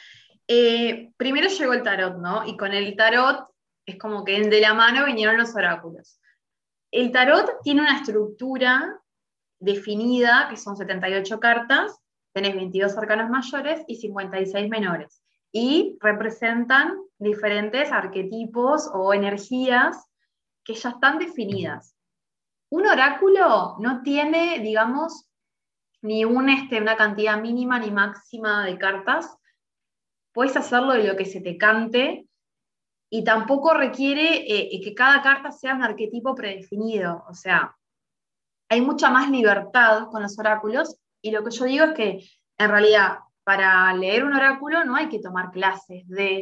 primero llegó el tarot, ¿no? Y con el tarot es como que de la mano vinieron los oráculos. El tarot tiene una estructura definida, que son 78 cartas, tenés 22 arcanos mayores y 56 menores, y representan diferentes arquetipos o energías que ya están definidas. Un oráculo no tiene, digamos, ni una cantidad mínima ni máxima de cartas, puedes hacerlo de lo que se te cante, y tampoco requiere que cada carta sea un arquetipo predefinido, o sea, hay mucha más libertad con los oráculos, y lo que yo digo es que en realidad para leer un oráculo no hay que tomar clases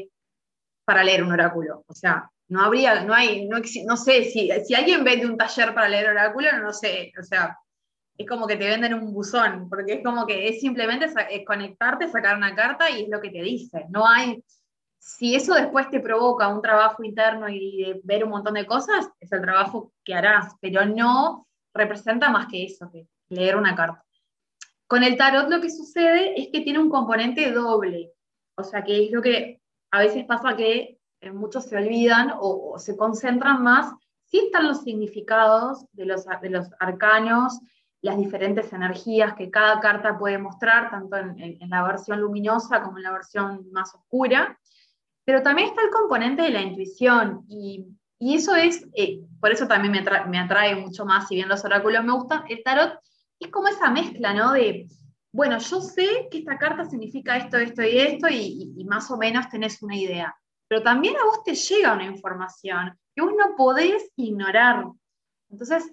para leer un oráculo, o sea, no habría, no hay, no, no sé, si alguien vende un taller para leer oráculo, no sé, o sea, es como que te venden un buzón, porque es como que es simplemente conectarte, sacar una carta y es lo que te dice, no hay, si eso después te provoca un trabajo interno y de ver un montón de cosas, es el trabajo que harás, pero no representa más que eso, que leer una carta. Con el tarot lo que sucede es que tiene un componente doble, o sea que es lo que a veces pasa que muchos se olvidan o se concentran más, sí están los significados de los arcanos, las diferentes energías que cada carta puede mostrar, tanto en la versión luminosa como en la versión más oscura, pero también está el componente de la intuición, y eso es, por eso también me atrae mucho más, si bien los oráculos me gustan, el tarot es como esa mezcla, ¿no? De, bueno, yo sé que esta carta significa esto, esto y esto, y más o menos tenés una idea, pero también a vos te llega una información que vos no podés ignorar. Entonces,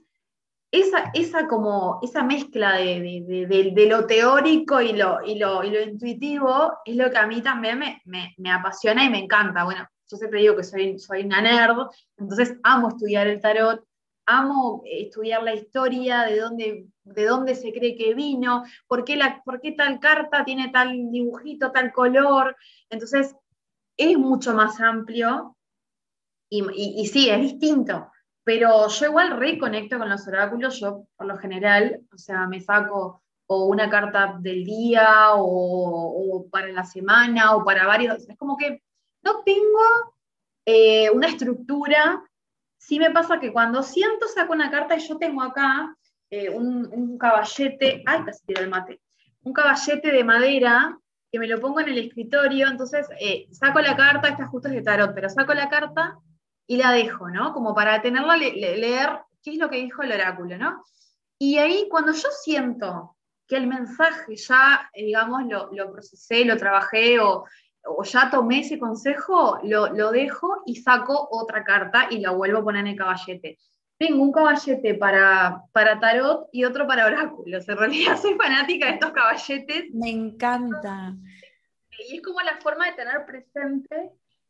esa mezcla de lo teórico y lo intuitivo es lo que a mí también me apasiona y me encanta. Bueno, yo siempre digo que soy una nerd, entonces amo estudiar el tarot, amo estudiar la historia, de dónde se cree que vino, por qué tal carta tiene tal dibujito, tal color. Entonces, es mucho más amplio y sí, es distinto, pero yo igual reconecto con los oráculos, yo por lo general, o sea, me saco o una carta del día o para la semana o para varios, es como que no tengo una estructura. Sí me pasa que cuando siento saco una carta, y yo tengo acá un caballete, ay, casi tiro el mate, un caballete de madera que me lo pongo en el escritorio, entonces saco la carta, esta justo es de tarot, pero saco la carta y la dejo, ¿no? Como para tenerla, leer qué es lo que dijo el oráculo, ¿no? Y ahí cuando yo siento que el mensaje ya, digamos, lo procesé, lo trabajé o ya tomé ese consejo, lo dejo y saco otra carta y la vuelvo a poner en el caballete. Tengo un caballete para tarot y otro para oráculos. En realidad soy fanática de estos caballetes, Me encanta. y es como la forma de tener presente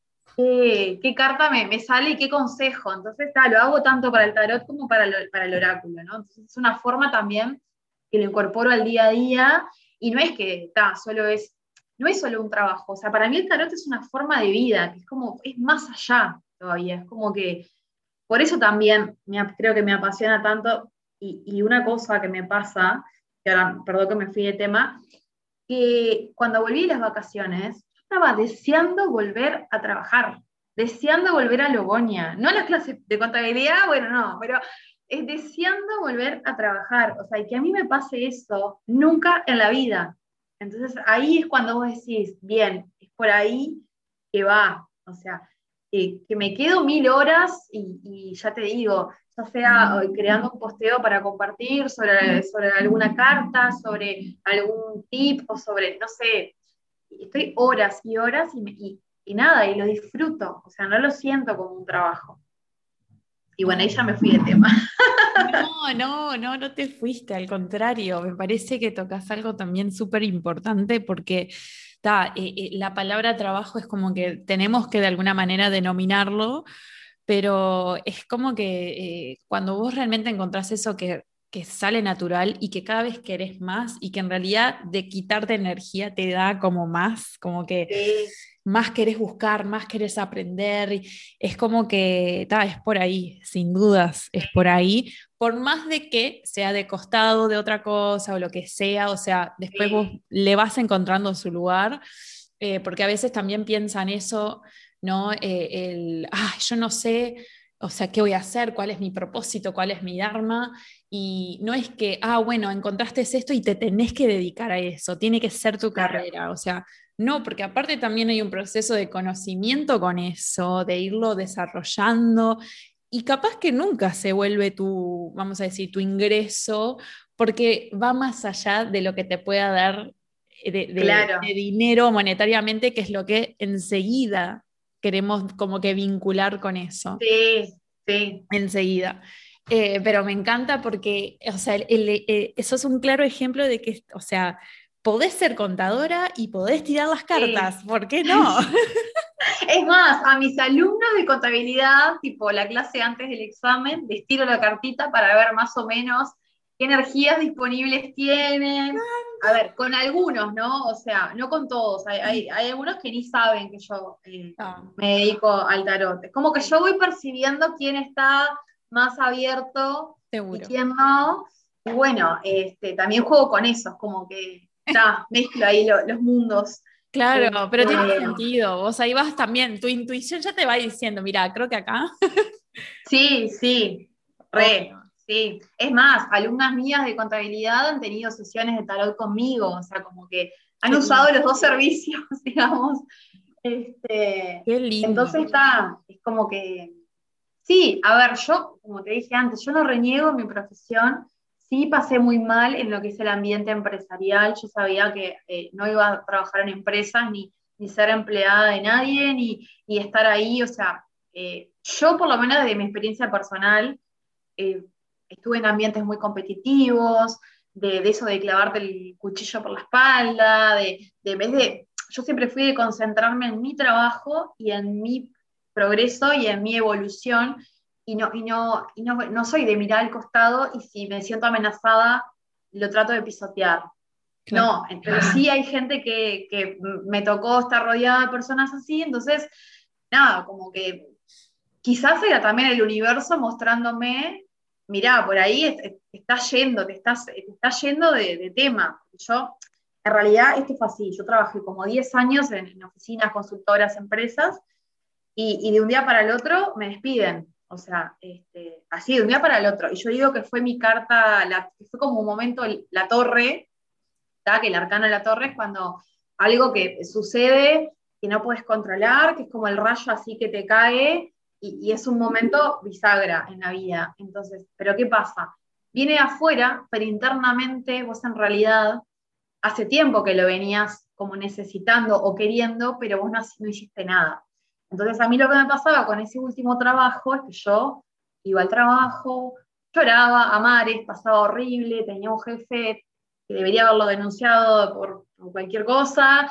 qué carta me sale y qué consejo. Entonces, lo hago tanto para el tarot como para el oráculo, ¿no? Entonces, es una forma también que lo incorporo al día a día, y no es que no es solo un trabajo. O sea, para mí el tarot es una forma de vida, que es más allá todavía. Es como que, por eso también creo que me apasiona tanto, y una cosa que me pasa, que ahora, perdón que me fui de tema, que cuando volví de las vacaciones, yo estaba deseando volver a trabajar, deseando volver a Logoña, no a las clases de contabilidad, bueno, no, pero es deseando volver a trabajar, o sea, y que a mí me pase eso nunca en la vida. Entonces ahí es cuando vos decís, bien, es por ahí que va, o sea, que me quedo 1000 horas y ya te digo, ya sea creando un posteo para compartir sobre alguna carta, sobre algún tip o sobre, no sé, estoy horas y horas y nada, y lo disfruto, o sea, no lo siento como un trabajo. Y bueno, ahí ya me fui de tema. No, No te fuiste, al contrario, me parece que tocas algo también súper importante porque la palabra trabajo es como que tenemos que de alguna manera denominarlo, pero es como que cuando vos realmente encontrás eso que sale natural y que cada vez querés más y que en realidad de quitarte energía te da como más, como que Sí, más querés buscar, más querés aprender, y es como que es por ahí, sin dudas, es por ahí, por más de que sea de costado de otra cosa o lo que sea, o sea, después vos sí, le vas encontrando su lugar, porque a veces también piensan eso, ¿no? Yo no sé, o sea, ¿qué voy a hacer? ¿Cuál es mi propósito? ¿Cuál es mi dharma? Y no es que, bueno, encontraste esto y te tenés que dedicar a eso, tiene que ser tu claro. carrera, o sea, no, porque aparte también hay un proceso de conocimiento con eso, de irlo desarrollando y capaz que nunca se vuelve tu, vamos a decir, tu ingreso, porque va más allá de lo que te pueda dar de Claro, dinero monetariamente, que es lo que enseguida queremos como que vincular con eso, sí, sí, enseguida. Pero me encanta porque, o sea, eso es un claro ejemplo de que, o sea, podés ser contadora y podés tirar las sí. cartas, ¿por qué no? Es más, a mis alumnos de contabilidad, tipo la clase antes del examen, les tiro la cartita para ver más o menos qué energías disponibles tienen. A ver, con algunos, ¿no? O sea, no con todos. Hay algunos que ni saben que yo Ah, me dedico al tarot. Es como que yo voy percibiendo quién está más abierto y seguro. quién no. Y bueno, también juego con eso, es como que mezclo ahí los mundos. Claro, pero tiene Este, sentido. Vos ahí vas también, tu intuición ya te va diciendo, mira, creo que acá. Sí, sí, re, Obvio. sí. Es más, alumnas mías de contabilidad han tenido sesiones de tarot conmigo, o sea, como que han Qué lindo. usado los dos servicios, digamos. Este, Qué lindo. entonces es como que, sí, a ver, yo, como te dije antes, yo no reniego mi profesión, sí pasé muy mal en lo que es el ambiente empresarial, yo sabía que no iba a trabajar en empresas, ni ser empleada de nadie, ni estar ahí, o sea, yo por lo menos desde mi experiencia personal, eh, estuve en ambientes muy competitivos, de eso de clavarte el cuchillo por la espalda, en vez de, yo siempre fui de concentrarme en mi trabajo y en mi progreso y en mi evolución, no soy de mirar al costado y si me siento amenazada, lo trato de pisotear. Claro. No, pero sí hay gente que me tocó estar rodeada de personas así, entonces, nada, como que quizás era también el universo mostrándome, mirá, por ahí te estás yendo, te estás yendo de tema. Yo, en realidad, esto fue así, yo trabajé como 10 años en oficinas, consultoras, empresas, y de un día para el otro me despiden. O sea, así de un día para el otro. Y yo digo que fue mi carta, que fue como un momento, la torre, ¿tá? Que el arcano de la torre es cuando algo que sucede que no puedes controlar, que es como el rayo así que te cae, y es un momento bisagra en la vida. Entonces, ¿pero qué pasa? Viene de afuera, pero internamente vos en realidad hace tiempo que lo venías como necesitando o queriendo, pero vos no hiciste nada. Entonces a mí lo que me pasaba con ese último trabajo es que yo iba al trabajo, lloraba a mares, pasaba horrible, tenía un jefe que debería haberlo denunciado por cualquier cosa,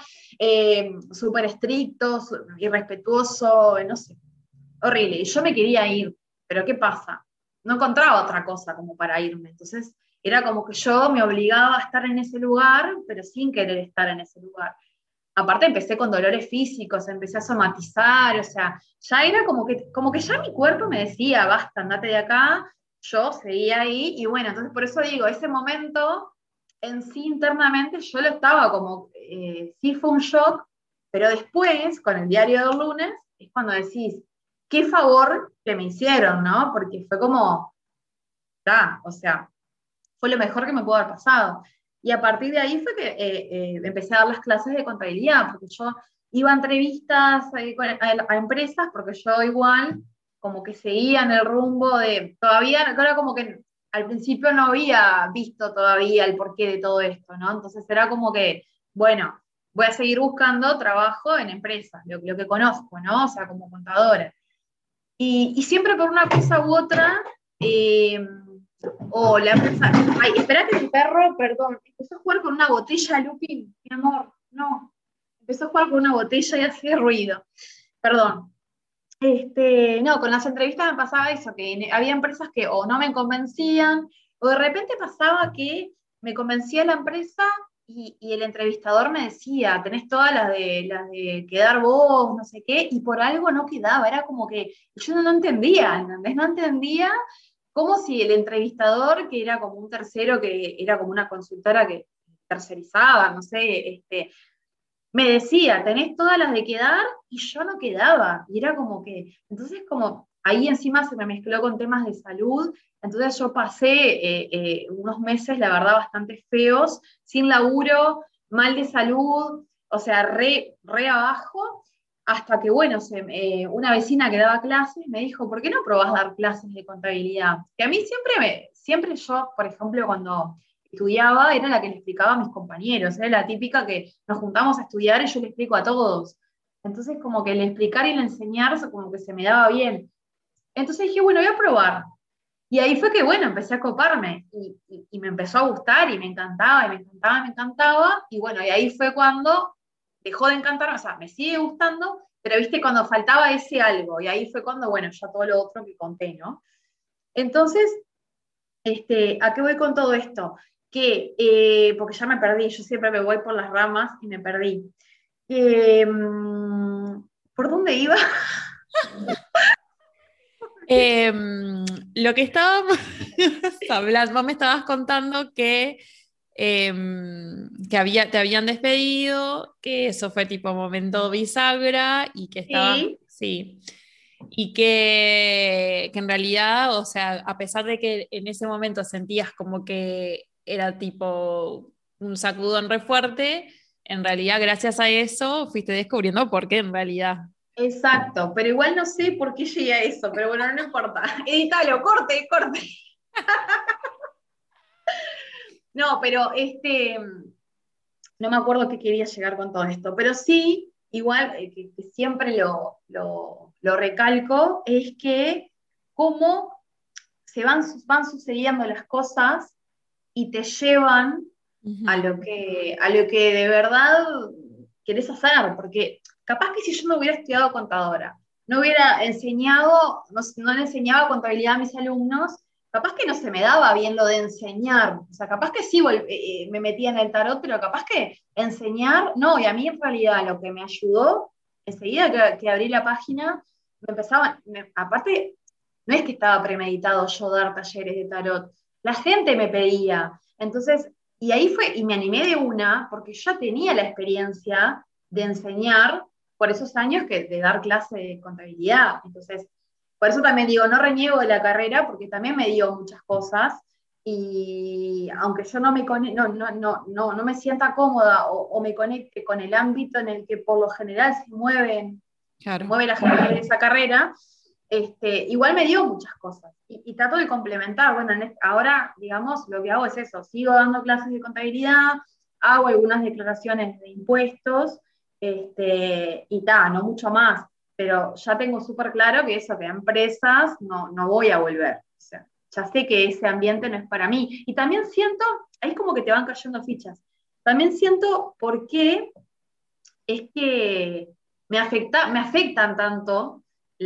súper estricto, irrespetuoso, no sé, horrible. Y yo me quería ir, pero ¿qué pasa? No encontraba otra cosa como para irme. Entonces era como que yo me obligaba a estar en ese lugar, pero sin querer estar en ese lugar. Aparte empecé con dolores físicos, empecé a somatizar, o sea, ya era como que ya mi cuerpo me decía, basta, andate de acá, yo seguía ahí, y bueno, entonces por eso digo, ese momento en sí internamente yo lo estaba como, sí fue un shock, pero después, con el diario del lunes, es cuando decís, qué favor que me hicieron, ¿no? Porque fue como, o sea, fue lo mejor que me pudo haber pasado. Y a partir de ahí fue que empecé a dar las clases de contabilidad, porque yo iba a entrevistas a empresas, porque yo igual como que seguía en el rumbo de, todavía, era como que al principio no había visto todavía el porqué de todo esto, ¿no? Entonces era como que, bueno, voy a seguir buscando trabajo en empresas, lo que conozco, ¿no? O sea, como contadora. Y siempre por una cosa u otra, O la empresa, ay, espera que mi perro, perdón, empezó a jugar con una botella, Lupi, mi amor, no, empezó a jugar con una botella y hacía ruido, perdón. No, con las entrevistas me pasaba eso, que había empresas que o no me convencían, o de repente pasaba que me convencía la empresa y el entrevistador me decía, tenés todas las de quedar vos, no sé qué, y por algo no quedaba, era como que yo no entendía, ¿entendés? No entendía como si el entrevistador, que era como un tercero, que era como una consultora que tercerizaba, no sé, me decía, tenés todas las de quedar y yo no quedaba. Y era como que, entonces como ahí encima se me mezcló con temas de salud, entonces yo pasé unos meses, la verdad, bastante feos, sin laburo, mal de salud, o sea, re abajo, hasta que, bueno, una vecina que daba clases me dijo, ¿por qué no probás dar clases de contabilidad? Que a mí siempre yo, por ejemplo, cuando estudiaba, era la que le explicaba a mis compañeros, era la típica que nos juntamos a estudiar y yo le explico a todos. Entonces, como que el explicar y el enseñar, como que se me daba bien. Entonces dije, bueno, voy a probar. Y ahí fue que, bueno, empecé a coparme y me empezó a gustar y me encantaba y me encantaba y me encantaba. Y bueno, y ahí fue cuando dejó de encantarme, o sea, me sigue gustando, pero viste cuando faltaba ese algo. Y ahí fue cuando, bueno, ya todo lo otro que conté, ¿no? Entonces, ¿a qué voy con todo esto? Que, porque ya me perdí, yo siempre me voy por las ramas y me perdí. Que, ¿por dónde iba? Lo que estábamos hablando, vos me estabas contando que te habían despedido, que eso fue tipo momento bisagra y que estabas, Sí, sí, y que en realidad, o sea, a pesar de que en ese momento sentías como que era tipo un sacudón re fuerte, en realidad gracias a eso fuiste descubriendo por qué en realidad. exacto, pero igual no sé por qué llegué a eso, pero bueno, no importa. Edítalo, corte, corte. No, pero no me acuerdo qué quería llegar con todo esto, pero sí, igual, que siempre lo recalco, es que cómo van sucediendo las cosas y te llevan Ujú. a lo que de verdad querés hacer, porque capaz que si yo no hubiera estudiado contadora, no hubiera enseñado, no le enseñaba contabilidad a mis alumnos, capaz que no se me daba bien lo de enseñar, o sea, capaz que sí me metía en el tarot, pero capaz que enseñar, no, y a mí en realidad lo que me ayudó, enseguida que abrí la página, aparte, no es que estaba premeditado yo dar talleres de tarot, la gente me pedía, entonces y ahí fue, y me animé de una, porque yo tenía la experiencia de enseñar por esos años de dar clase de contabilidad. Entonces, por eso también digo, no reniego de la carrera, porque también me dio muchas cosas. Y aunque yo no me sienta cómoda o me conecte con el ámbito en el que por lo general se Claro. mueve la gente de esa carrera, igual me dio muchas cosas y trato de complementar. Bueno, ahora, digamos, lo que hago es eso, sigo dando clases de contabilidad, hago algunas declaraciones de impuestos, y no mucho más, pero ya tengo súper claro que eso, que a empresas no voy a volver. O sea, ya sé que ese ambiente no es para mí. Y también siento, ahí es como que te van cayendo fichas, también siento por qué es que me afectan tanto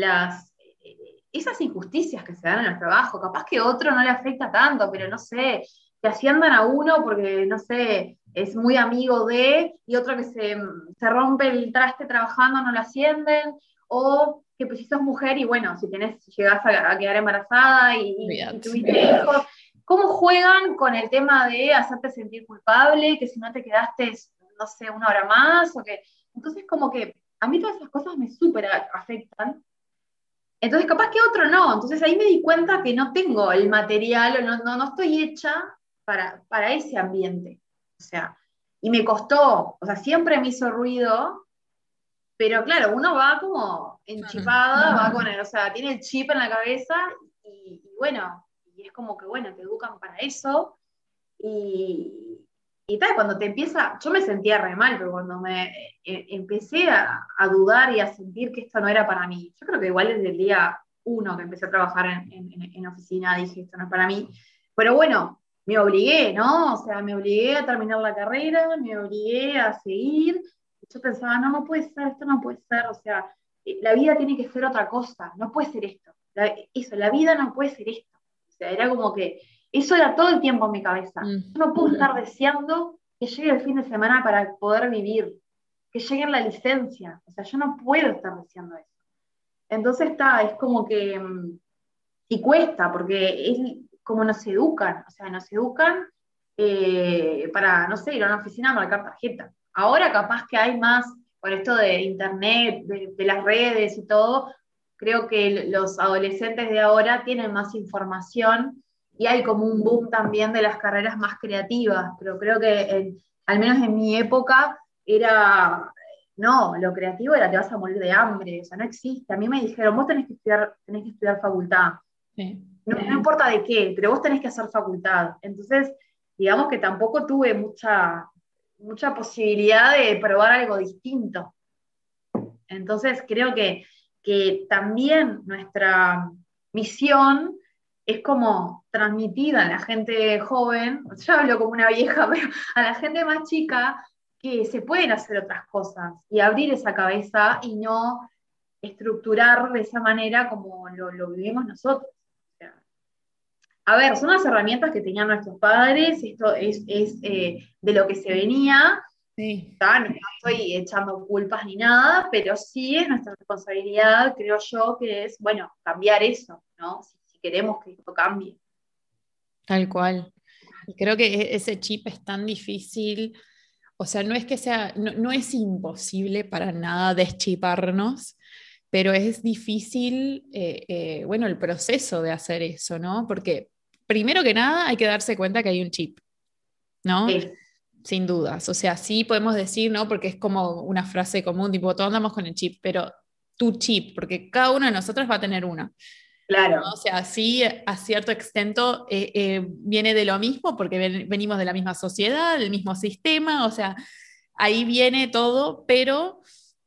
esas injusticias que se dan en el trabajo. Capaz que a otro no le afecta tanto, pero no sé, que asciendan a uno porque, no sé, es muy amigo de, y otro que se rompe el traste trabajando, no lo ascienden, o que pues si sos mujer y bueno, si llegás a quedar embarazada y Olvídate. tuviste hijos, ¿cómo juegan con el tema de hacerte sentir culpable, que si no te quedaste, no sé, una hora más, o que entonces, como que a mí todas esas cosas me súper afectan. Entonces, capaz que otro no. Entonces, ahí me di cuenta que no tengo el material o no estoy hecha para ese ambiente. O sea, y me costó, o sea, siempre me hizo ruido, pero claro, uno va como enchipada, va con o sea, tiene el chip en la cabeza y bueno, y es como que, bueno, te educan para eso y, y tal, cuando te empieza, yo me sentía re mal, pero cuando empecé a dudar y a sentir que esto no era para mí, yo creo que igual desde el día uno que empecé a trabajar en oficina dije, esto no es para mí, Pero bueno, me obligué, ¿no? O sea, me obligué a terminar la carrera, me obligué a seguir. Yo pensaba, no, no puede ser, esto no puede ser, o sea, la vida tiene que ser otra cosa, no puede ser esto. La vida no puede ser esto. O sea, era como que eso era todo el tiempo en mi cabeza. Mm. Yo no puedo estar deseando que llegue el fin de semana para poder vivir, que llegue la licencia. O sea, yo no puedo estar deseando eso. Entonces está, es como que y cuesta, porque es como nos educan, o sea, nos educan para, no sé, ir a una oficina a marcar tarjeta. Ahora capaz que hay más, con esto de internet, de las redes y todo, creo que los adolescentes de ahora tienen más información y hay como un boom también de las carreras más creativas, pero creo que al menos en mi época era, no, lo creativo era te vas a morir de hambre, o sea, no existe. A mí me dijeron, vos tenés que estudiar facultad. Sí. No, no importa de qué, pero vos tenés que hacer facultad. Entonces, digamos que tampoco tuve mucha posibilidad de probar algo distinto. Entonces, creo que también nuestra misión es como transmitida a la gente joven, yo hablo como una vieja, pero a la gente más chica, que se pueden hacer otras cosas y abrir esa cabeza y no estructurar de esa manera como lo vivimos nosotros. O sea, a ver, son las herramientas que tenían nuestros padres, esto es de lo que se venía, Sí. ¿tá? No estoy echando culpas ni nada, pero sí es nuestra responsabilidad, creo yo, que es, bueno, cambiar eso, ¿no? Si queremos que esto cambie. Tal cual. Y creo que ese chip es tan difícil, o sea, no es que sea, no, no es imposible para nada deschiparnos, pero es difícil, bueno, el proceso de hacer eso, ¿no? Porque primero que nada hay que darse cuenta que hay un chip, ¿no? Sí, Sin dudas. O sea, sí podemos decir, ¿no? Porque es como una frase común, tipo, todos andamos con el chip, pero tu chip, porque cada uno de nosotros va a tener una. ¿No? claro. O sea, sí, a cierto extento viene de lo mismo, porque venimos de la misma sociedad, del mismo sistema, o sea, ahí viene todo, pero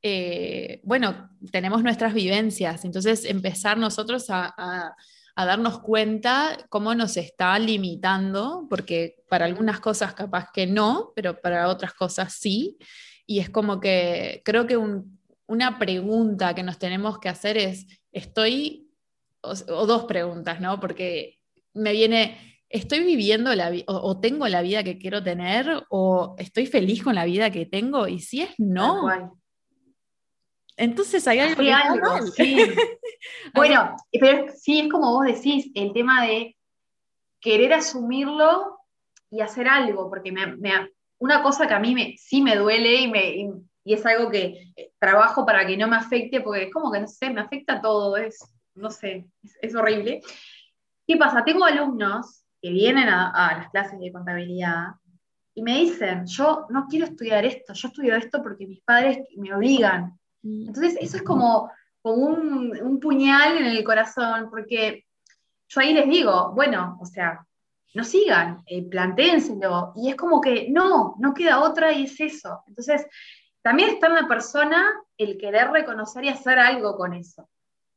bueno, tenemos nuestras vivencias, entonces empezar nosotros a darnos cuenta cómo nos está limitando, porque para algunas cosas capaz que no, pero para otras cosas sí, y es como que creo que una pregunta que nos tenemos que hacer es, ¿estoy o dos preguntas, ¿no? Porque me viene, ¿estoy viviendo o tengo la vida que quiero tener o estoy feliz con la vida que tengo? Y si es Tal no, cual. entonces hay algo Hacé que está algo, mal. sí. Hay- Bueno, pero sí, es como vos decís, el tema de querer asumirlo y hacer algo, porque una cosa que a mí sí me duele y es algo que trabajo para que no me afecte, porque es como que, no sé, me afecta todo, no sé, es horrible. ¿Qué pasa? Tengo alumnos que vienen a las clases de contabilidad y me dicen, yo no quiero estudiar esto, yo estudio esto porque mis padres me obligan. Entonces, eso es como un puñal en el corazón, porque yo ahí les digo, bueno, o sea, no sigan, plantéenselo. Y es como que no queda otra y es eso. Entonces, también está en la persona el querer reconocer y hacer algo con eso.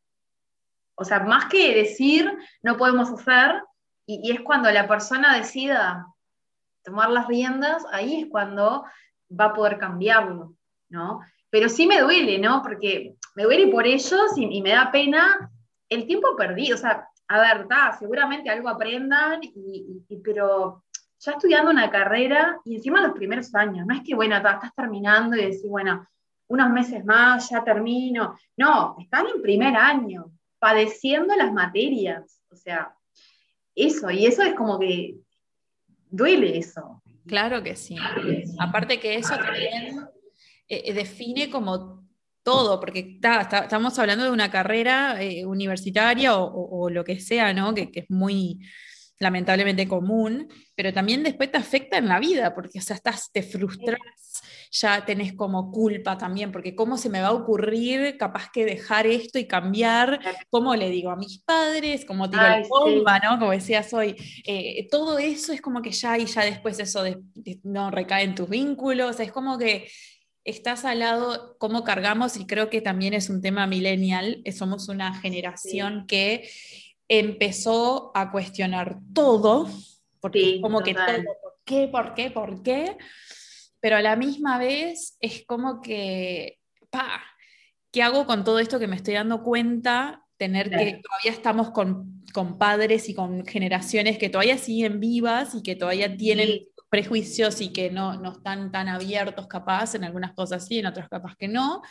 O sea, más que decir no podemos hacer, y es cuando la persona decida tomar las riendas, ahí es cuando va a poder cambiarlo, ¿no? Pero sí me duele, ¿no? Porque me duele por ellos y me da pena el tiempo perdido. O sea, a ver, seguramente algo aprendan, pero ya estudiando una carrera y encima los primeros años, no es que, bueno, estás terminando y decís, bueno, unos meses más, ya termino. No, están en primer año, padeciendo las materias. O sea, y eso es como que duele eso. Claro que sí. Aparte que eso también define como todo, porque estamos hablando de una carrera universitaria o lo que sea, ¿no? Que es muy lamentablemente común, pero también después te afecta en la vida, porque o sea, te frustras, ya tenés como culpa también, porque cómo se me va a ocurrir capaz que dejar esto y cambiar, cómo le digo a mis padres, cómo tiro la Ay, bomba, sí, ¿no? Como decías hoy, todo eso es como que ya y ya después eso no recae en tus vínculos, es como que estás al lado, cómo cargamos, y creo que también es un tema millennial, somos una sí, generación que empezó a cuestionar todo, porque es Sí, como que todo, total. ¿por qué? ¿Por qué? ¿Por qué? Pero a la misma vez es como que, pa, ¿qué hago con todo esto que me estoy dando cuenta? Tener que, Claro. todavía estamos con padres y con generaciones que todavía siguen vivas y que todavía tienen Sí, prejuicios y que no están tan abiertos capaz, en algunas cosas sí, en otras capaz que no.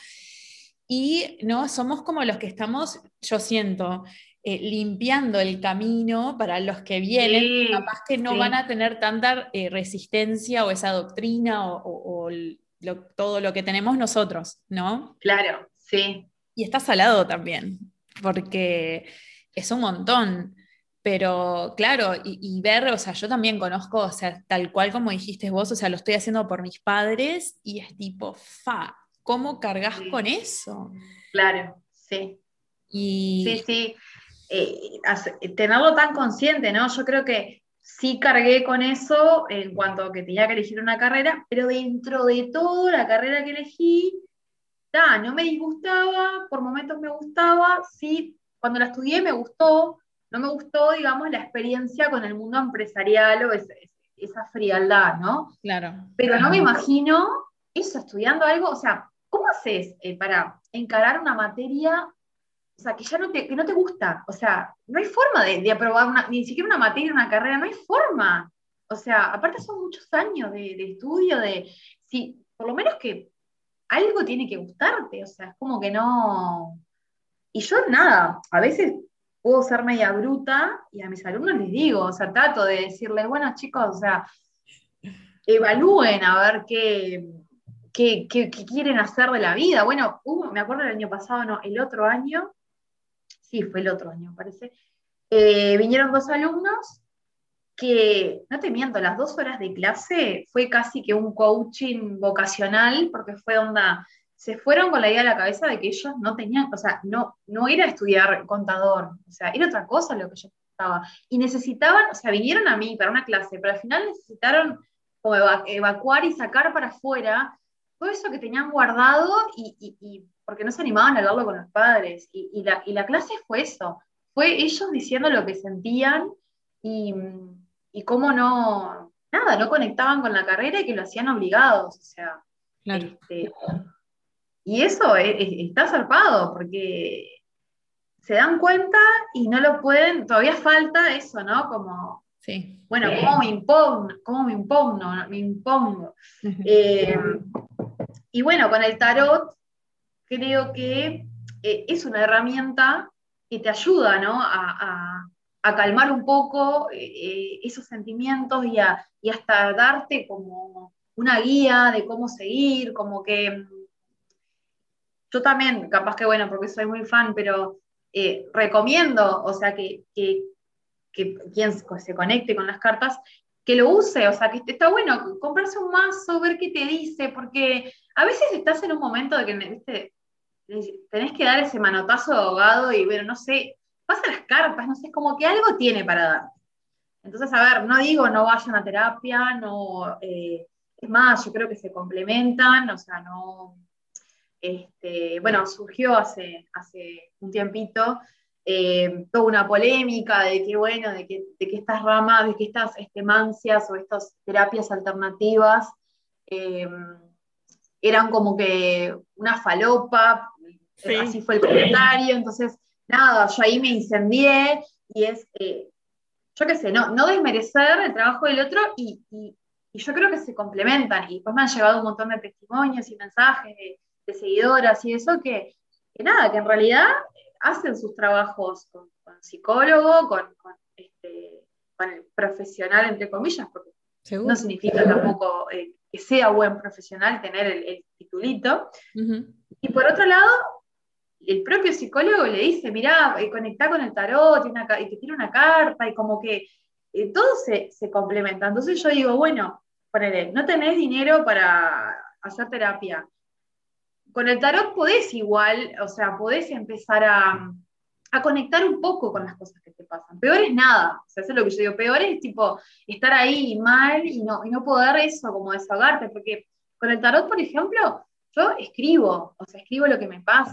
Y no somos como los que estamos, yo siento, limpiando el camino para los que vienen, sí, capaz que no van sí, a tener tanta resistencia o esa doctrina todo lo que tenemos nosotros, ¿no? claro, sí. Y está salado también, porque es un montón. Pero claro, y ver, o sea, yo también conozco, o sea, tal cual como dijiste vos, o sea, lo estoy haciendo por mis padres y es tipo, ¿cómo cargas con Sí, eso? claro, sí. Sí, Y sí. Tenerlo tan consciente, ¿no? Yo creo que sí cargué con eso en cuanto a que tenía que elegir una carrera, pero dentro de toda la carrera que elegí, no me disgustaba, por momentos me gustaba, sí, cuando la estudié me gustó, no me gustó, digamos, la experiencia con el mundo empresarial o esa frialdad, ¿no? claro, Pero no me imagino eso, estudiando algo, o sea, ¿cómo haces para encarar una materia, o sea, que ya que no te gusta? O sea, no hay forma de aprobar ni siquiera una materia, una carrera, no hay forma. O sea, aparte son muchos años de estudio, sí, por lo menos que algo tiene que gustarte, o sea, es como que no. Y yo nada, a veces puedo ser media bruta y a mis alumnos les digo, o sea, trato de decirles, bueno chicos, o sea, evalúen a ver qué quieren hacer de la vida. Bueno, me acuerdo el año pasado, no, el otro año, sí, fue el otro año, parece, vinieron dos alumnos que, no te miento, las 2 horas de clase fue casi que un coaching vocacional, porque fue onda, se fueron con la idea a la cabeza de que ellos no tenían, o sea, no era estudiar contador, o sea, era otra cosa lo que yo estaba. Y necesitaban, o sea, vinieron a mí para una clase, pero al final necesitaron como evacuar y sacar para afuera todo eso que tenían guardado y porque no se animaban a hablarlo con los padres. Y la clase fue eso, fue ellos diciendo lo que sentían y, y cómo nada, no conectaban con la carrera y que lo hacían obligados, o sea, claro, y eso está zarpado, porque se dan cuenta y no lo pueden, todavía falta eso, ¿no? Como, sí. bueno, ¿cómo me impongo? Eh, y bueno, con el tarot creo que es una herramienta que te ayuda, ¿no? A calmar un poco esos sentimientos y hasta darte como una guía de cómo seguir, como que yo también, capaz que bueno, porque soy muy fan, pero recomiendo, o sea, que quien se conecte con las cartas, que lo use, o sea, que está bueno comprarse un mazo, ver qué te dice, porque a veces estás en un momento de que, ¿viste? Tenés que dar ese manotazo de ahogado y, bueno, no sé, pasa las cartas, no sé, como que algo tiene para dar. Entonces, a ver, no digo no vayan a terapia, no, es más, yo creo que se complementan, o sea, no, bueno, surgió hace un tiempito toda una polémica de que, bueno, de que estas ramas, de que estas mancias o estas terapias alternativas eh, eran como que una falopa, Sí, así fue el comentario, entonces, nada, yo ahí me incendié y yo qué sé, no desmerecer el trabajo del otro y yo creo que se complementan. Y después me han llegado un montón de testimonios y mensajes de seguidoras y eso que nada, que en realidad hacen sus trabajos con psicólogo, con el profesional, entre comillas, porque no seguro. significa tampoco que sea buen profesional tener el titulito. Ujú. Y por otro lado, el propio psicólogo le dice, mirá, conectá con el tarot y te tira una carta y como que todo se complementa. Entonces yo digo, bueno, ponele, no tenés dinero para hacer terapia. Con el tarot podés igual, o sea, podés empezar a conectar un poco con las cosas que te pasan. Peor es nada, o sea, eso es lo que yo digo, peor es tipo estar ahí mal y no poder eso, como desahogarte, porque con el tarot, por ejemplo, yo escribo, o sea, escribo lo que me pasa,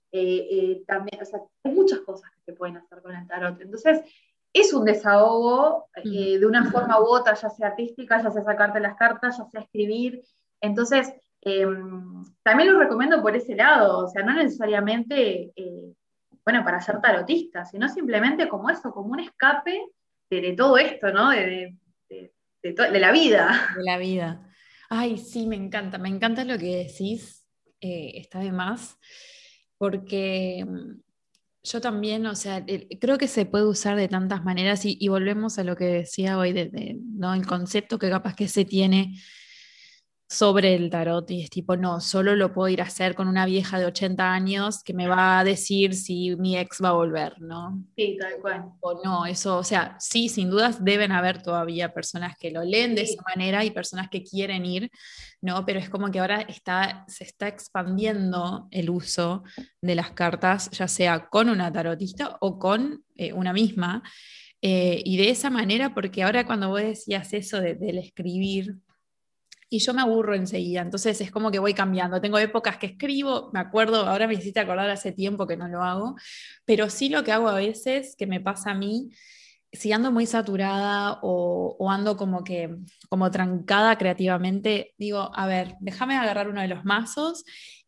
también, o sea, hay muchas cosas que se pueden hacer con el tarot. Entonces, es un desahogo de una forma u otra, ya sea artística, ya sea sacarte las cartas, ya sea escribir. Entonces, también lo recomiendo por ese lado, o sea, no necesariamente, bueno, para ser tarotista, sino simplemente como eso, como un escape de todo esto, ¿no? De la vida. De la vida. Ay, sí, me encanta lo que decís, está de más, porque yo también, o sea, creo que se puede usar de tantas maneras y volvemos a lo que decía hoy, ¿no? El concepto que capaz que se tiene sobre el tarot y es tipo, no, solo lo puedo ir a hacer con una vieja de 80 años que me va a decir si mi ex va a volver, ¿no? Sí, tal cual. O no, eso, o sea, sí, sin dudas deben haber todavía personas que lo leen de esa Sí, manera y personas que quieren ir, ¿no? Pero es como que ahora se está expandiendo el uso de las cartas, ya sea con una tarotista o con una misma. Y de esa manera, porque ahora cuando vos decías eso del escribir, y yo me aburro enseguida, entonces es como que voy cambiando. Tengo épocas que escribo, me acuerdo, ahora me hiciste acordar hace tiempo que no lo hago, pero sí lo que hago a veces, que me pasa a mí, si ando muy saturada o ando como que como trancada creativamente, digo, a ver, déjame agarrar uno de los mazos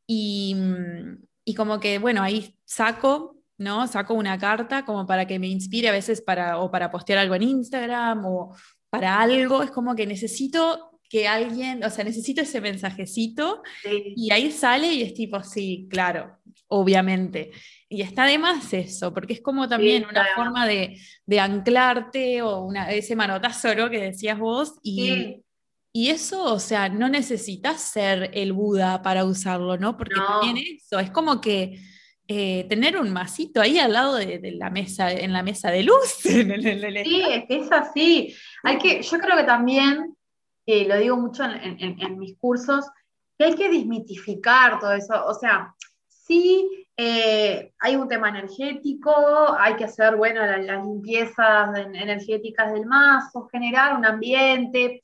y como que, bueno, ahí saco, ¿no? Saco una carta como para que me inspire a veces o para postear algo en Instagram o para algo, es como que necesito que alguien, o sea, necesito ese mensajecito sí, y ahí sale y es tipo, sí, claro, obviamente. Y está de más eso, porque es como también sí, una forma de anclarte o ese manotazo, ¿no? Que decías vos. sí, Y eso, o sea, no necesitas ser el Buda para usarlo, ¿no? Porque también no, eso, es como que tener un masito ahí al lado de la mesa, en la mesa de luz, en el sí, estar. es que es así. Yo creo que también, lo digo mucho en mis cursos, que hay que desmitificar todo eso. O sea, sí, hay un tema energético, hay que hacer, bueno, las limpiezas energéticas del mazo, generar un ambiente,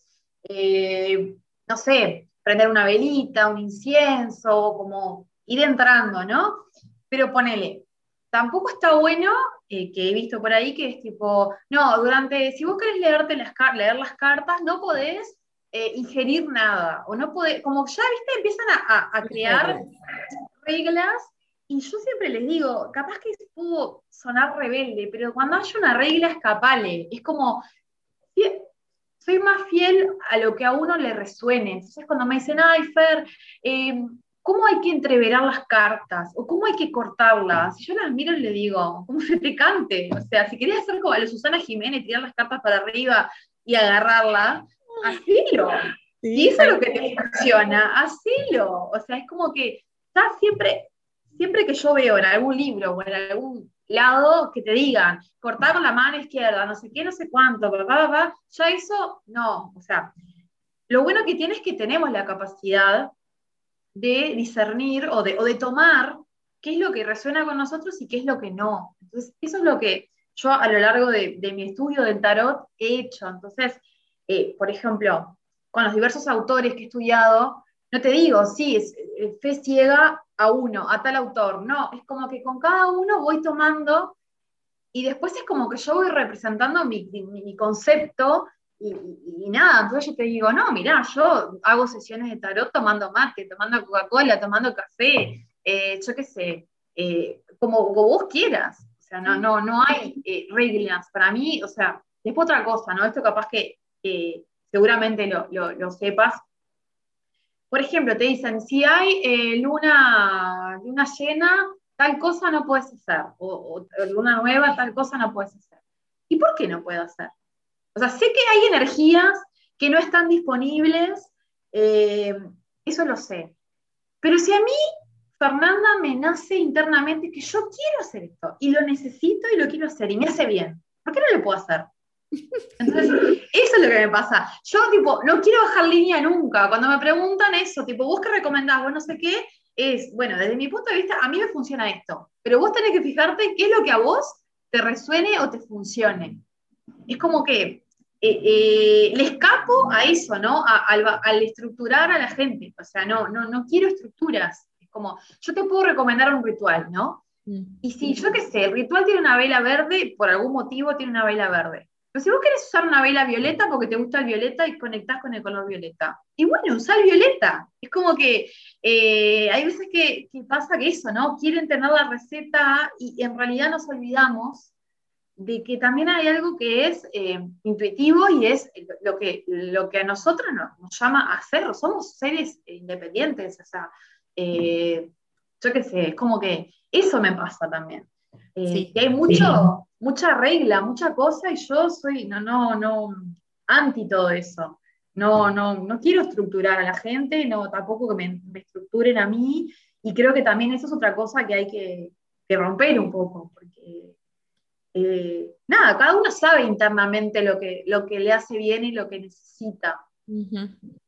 no sé, prender una velita, un incienso, como ir entrando, ¿no? Pero ponele, tampoco está bueno, que he visto por ahí, que es tipo, no, si vos querés leer las cartas, no podés ingerir nada, o no podés, como ya, viste, empiezan a Las crear reglas. reglas, y yo siempre les digo, capaz que puedo sonar rebelde, pero cuando haya una regla, escapale, es como, soy más fiel a lo que a uno le resuene. Entonces, cuando me dicen, ay, Fer, ¿cómo hay que entreverar las cartas? ¿O cómo hay que cortarlas? Y yo las miro y le digo, ¿cómo se te cante? O sea, si querías hacer como a la Susana Jiménez, tirar las cartas para arriba y agarrarla, hacelo. Si Sí, eso es tal lo que te funciona, hacelo. O sea, es como que está siempre que yo veo en algún libro o en algún lado que te digan, cortar con la mano izquierda, no sé qué, no sé cuánto, ya eso, no, o sea, lo bueno que tiene es que tenemos la capacidad de discernir o de tomar qué es lo que resuena con nosotros y qué es lo que no. Entonces, eso es lo que yo a lo largo de mi estudio del tarot he hecho. Entonces, por ejemplo, con los diversos autores que he estudiado, no te digo, sí, fe ciega a uno, a tal autor, no, es como que con cada uno voy tomando y después es como que yo voy representando mi concepto y nada, entonces yo te digo, no, mirá, yo hago sesiones de tarot tomando mate, tomando Coca-Cola, tomando café, yo qué sé, como vos quieras. O sea, no, vez. no, no hay reglas. Para mí, o sea, después otra cosa, ¿no? Esto capaz que seguramente lo sepas. Por ejemplo, te dicen, si hay luna llena, tal cosa no puedes hacer, o luna nueva, tal cosa no puedes hacer. ¿Y por qué no puedo hacer? O sea, sé que hay energías que no están disponibles, eh, eso lo sé. Pero si a mí, Fernanda, me nace internamente que yo quiero hacer esto, y lo necesito y lo quiero hacer, y me hace bien, ¿por qué no lo puedo hacer? Entonces, eso es lo que me pasa. Yo, tipo, no quiero bajar línea nunca. Cuando me preguntan eso, tipo, ¿vos qué recomendás? Vos no sé qué, bueno, desde mi punto de vista, a mí me funciona esto. Pero vos tenés que fijarte qué es lo que a vos te resuene o te funcione. Es como que le escapo a eso, ¿no? Al estructurar a la gente. O sea, no quiero estructuras. como, yo te puedo recomendar un ritual, ¿no? Mm. Y si, yo qué sé, el ritual tiene una vela verde, por algún motivo tiene una vela verde. Pero si vos querés usar una vela violeta porque te gusta el violeta y conectás con el color violeta, y bueno, usá el violeta. Es como que hay veces que pasa que eso, ¿no? Quieren tener la receta y en realidad nos olvidamos de que también hay algo que es intuitivo y es lo que a nosotros nos llama a hacer. Somos seres independientes, o sea, yo qué sé, es como que eso me pasa también. Sí. Que hay mucha regla, mucha cosa y yo soy, no, anti todo eso. No quiero estructurar a la gente, no, tampoco que me estructuren a mí, y creo que también eso es otra cosa que hay que romper un poco, porque nada, cada uno sabe internamente lo que le hace bien y lo que necesita. Ujú.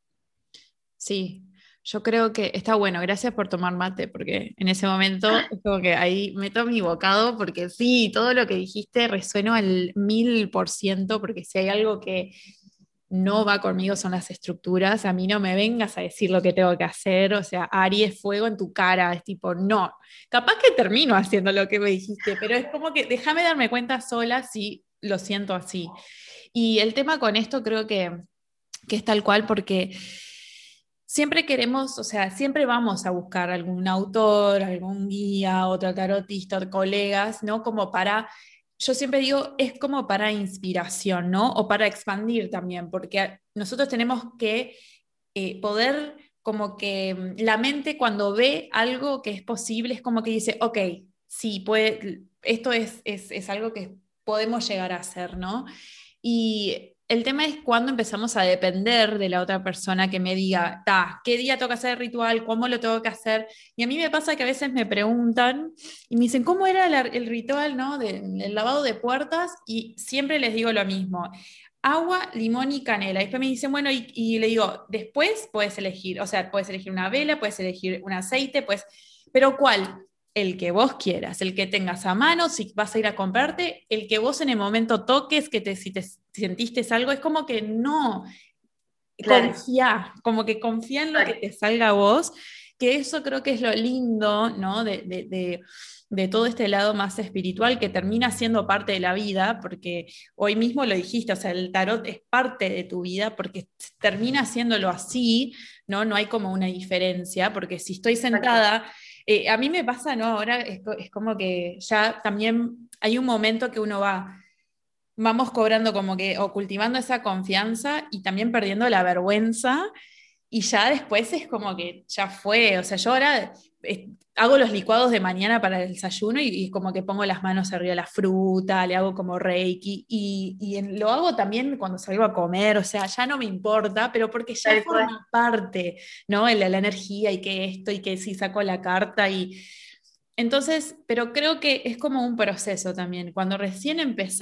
Sí, yo creo que está bueno, gracias por tomar mate, porque en ese momento es como que ahí meto mi bocado, porque sí, todo lo que dijiste resueno al 1000%, porque si hay algo que no va conmigo son las estructuras, a mí no me vengas a decir lo que tengo que hacer, o sea, Aries, fuego en tu cara, es tipo, no, capaz que termino haciendo lo que me dijiste, pero es como que déjame darme cuenta sola si lo siento así. Y el tema con esto creo que es tal cual porque siempre queremos, o sea, siempre vamos a buscar algún autor, algún guía, otro tarotista, colegas, ¿no? Como para, yo siempre digo, es como para inspiración, ¿no? O para expandir también, porque nosotros tenemos que poder, como que la mente cuando ve algo que es posible, es como que dice, ok, sí, puede, esto es algo que podemos llegar a hacer, ¿no? Y el tema es cuando empezamos a depender de la otra persona que me diga, ta, ¿qué día tengo que hacer el ritual? ¿Cómo lo tengo que hacer? Y a mí me pasa que a veces me preguntan y me dicen, ¿cómo era el ritual, ¿no? Del lavado de puertas? Y siempre les digo lo mismo. Agua, limón y canela. Y después me dicen, bueno, y le digo, después puedes elegir, o sea, puedes elegir una vela, puedes elegir un aceite, pues, pero ¿cuál? El que vos quieras, el que tengas a mano, si vas a ir a comprarte, el que vos en el momento toques, si te sentiste algo, es como que no, Claro, confía, como que confía en lo que exacto, te salga a vos, que eso creo que es lo lindo, ¿no? De todo este lado más espiritual que termina siendo parte de la vida, porque hoy mismo lo dijiste, o sea, el tarot es parte de tu vida, porque termina siéndolo así, ¿no? No hay como una diferencia, porque si estoy exacto. sentada, a mí me pasa, ¿no? Ahora es como que ya también hay un momento que uno vamos cobrando como que, o cultivando esa confianza y también perdiendo la vergüenza y ya después es como que ya fue, o sea, yo ahora hago los licuados de mañana para el desayuno y como que pongo las manos arriba de la fruta, le hago como reiki lo hago también cuando salgo a comer, o sea, ya no me importa, pero porque ya Tal cual. forma parte, ¿no? La energía y que esto y que si saco la carta y... Entonces, pero creo que es como un proceso también. Cuando recién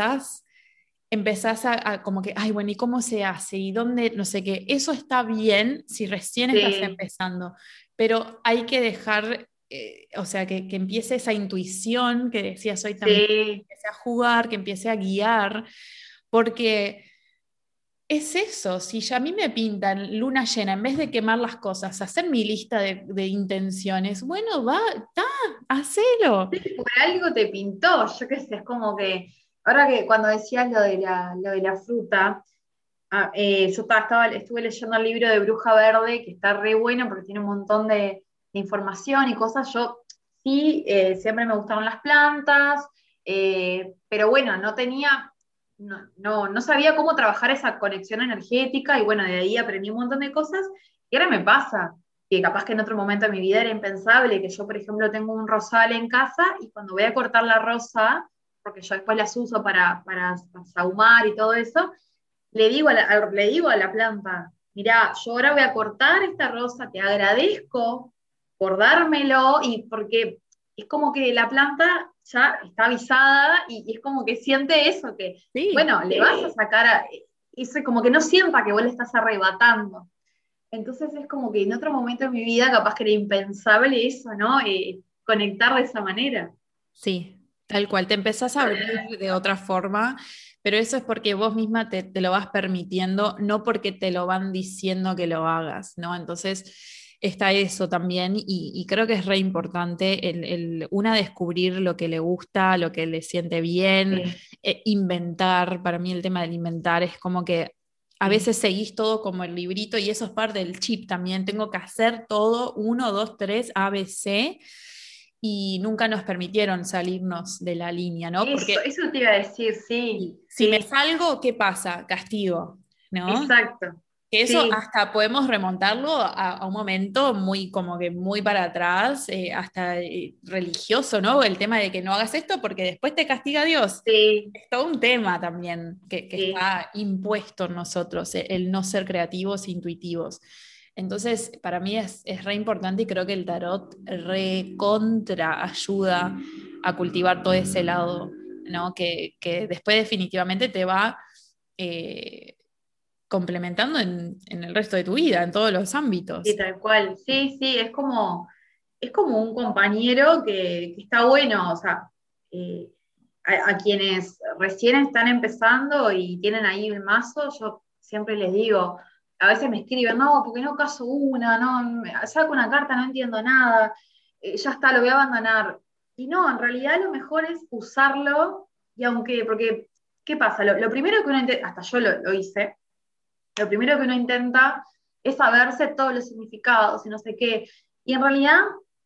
empezás como que, ay, bueno, ¿y cómo se hace? ¿Y dónde? No sé qué. Eso está bien si recién estás Sí, empezando, pero hay que dejar, o sea, que empiece esa intuición que decías hoy también, que sí, empiece a jugar, que empiece a guiar, porque es eso, si ya a mí me pintan luna llena, en vez de quemar las cosas, hacer mi lista de intenciones, bueno, va, está, hacelo. por algo te pintó, yo qué sé, es como que, ahora que cuando decías lo de la fruta, yo estuve leyendo el libro de Bruja Verde, que está re bueno porque tiene un montón de información y cosas. Yo sí, siempre me gustaron las plantas, pero bueno, no sabía cómo trabajar esa conexión energética y bueno, de ahí aprendí un montón de cosas y ahora me pasa. Que capaz que en otro momento de mi vida era impensable, que yo, por ejemplo, tengo un rosal en casa y cuando voy a cortar la rosa, porque yo después las uso para sahumar y todo eso, le digo a la planta, mirá, yo ahora voy a cortar esta rosa, te agradezco por dármelo y porque es como que la planta ya está avisada y es como que siente eso, que, Sí. bueno, le vas a sacar, eso como que no sienta que vos le estás arrebatando. Entonces es como que en otro momento de mi vida capaz que era impensable eso, ¿no? Conectar de esa manera. Sí, tal cual, te empezás a abrir de otra forma, pero eso es porque vos misma te lo vas permitiendo, no porque te lo van diciendo que lo hagas, ¿no? Entonces, está eso también, y creo que es re importante una descubrir lo que le gusta, lo que le siente bien, Sí, inventar. Para mí el tema del inventar es como que a sí. veces seguís todo como el librito y eso es parte del chip también. Tengo que hacer todo, uno, dos, tres, A, B, C, y nunca nos permitieron salirnos de la línea, ¿no? Porque Eso te iba a decir, sí, si me sí, salgo, ¿qué pasa? Castigo, ¿no? exacto. Que eso Sí, hasta podemos remontarlo a un momento muy, como que muy para atrás, hasta religioso, ¿no? El tema de que no hagas esto porque después te castiga Dios. sí, Es todo un tema también que sí. está impuesto en nosotros, el no ser creativos, intuitivos. Entonces, para mí es re importante y creo que el tarot re contra ayuda a cultivar todo ese lado, ¿no? Que después definitivamente te va eh, complementando en el resto de tu vida, en todos los Sí, ámbitos. tal cual. Sí, sí, es como un compañero que está bueno, o sea, eh, a quienes recién están empezando y tienen ahí el mazo, yo siempre les digo, a veces me escriben, no, porque no caso una, no, saco una carta, no entiendo nada, ya está, lo voy a abandonar. Y no, en realidad lo mejor es usarlo, y aunque, porque, ¿qué pasa? Lo primero que uno intenta, hasta yo lo hice, lo primero que uno intenta es saberse todos los significados y no sé qué. Y en realidad,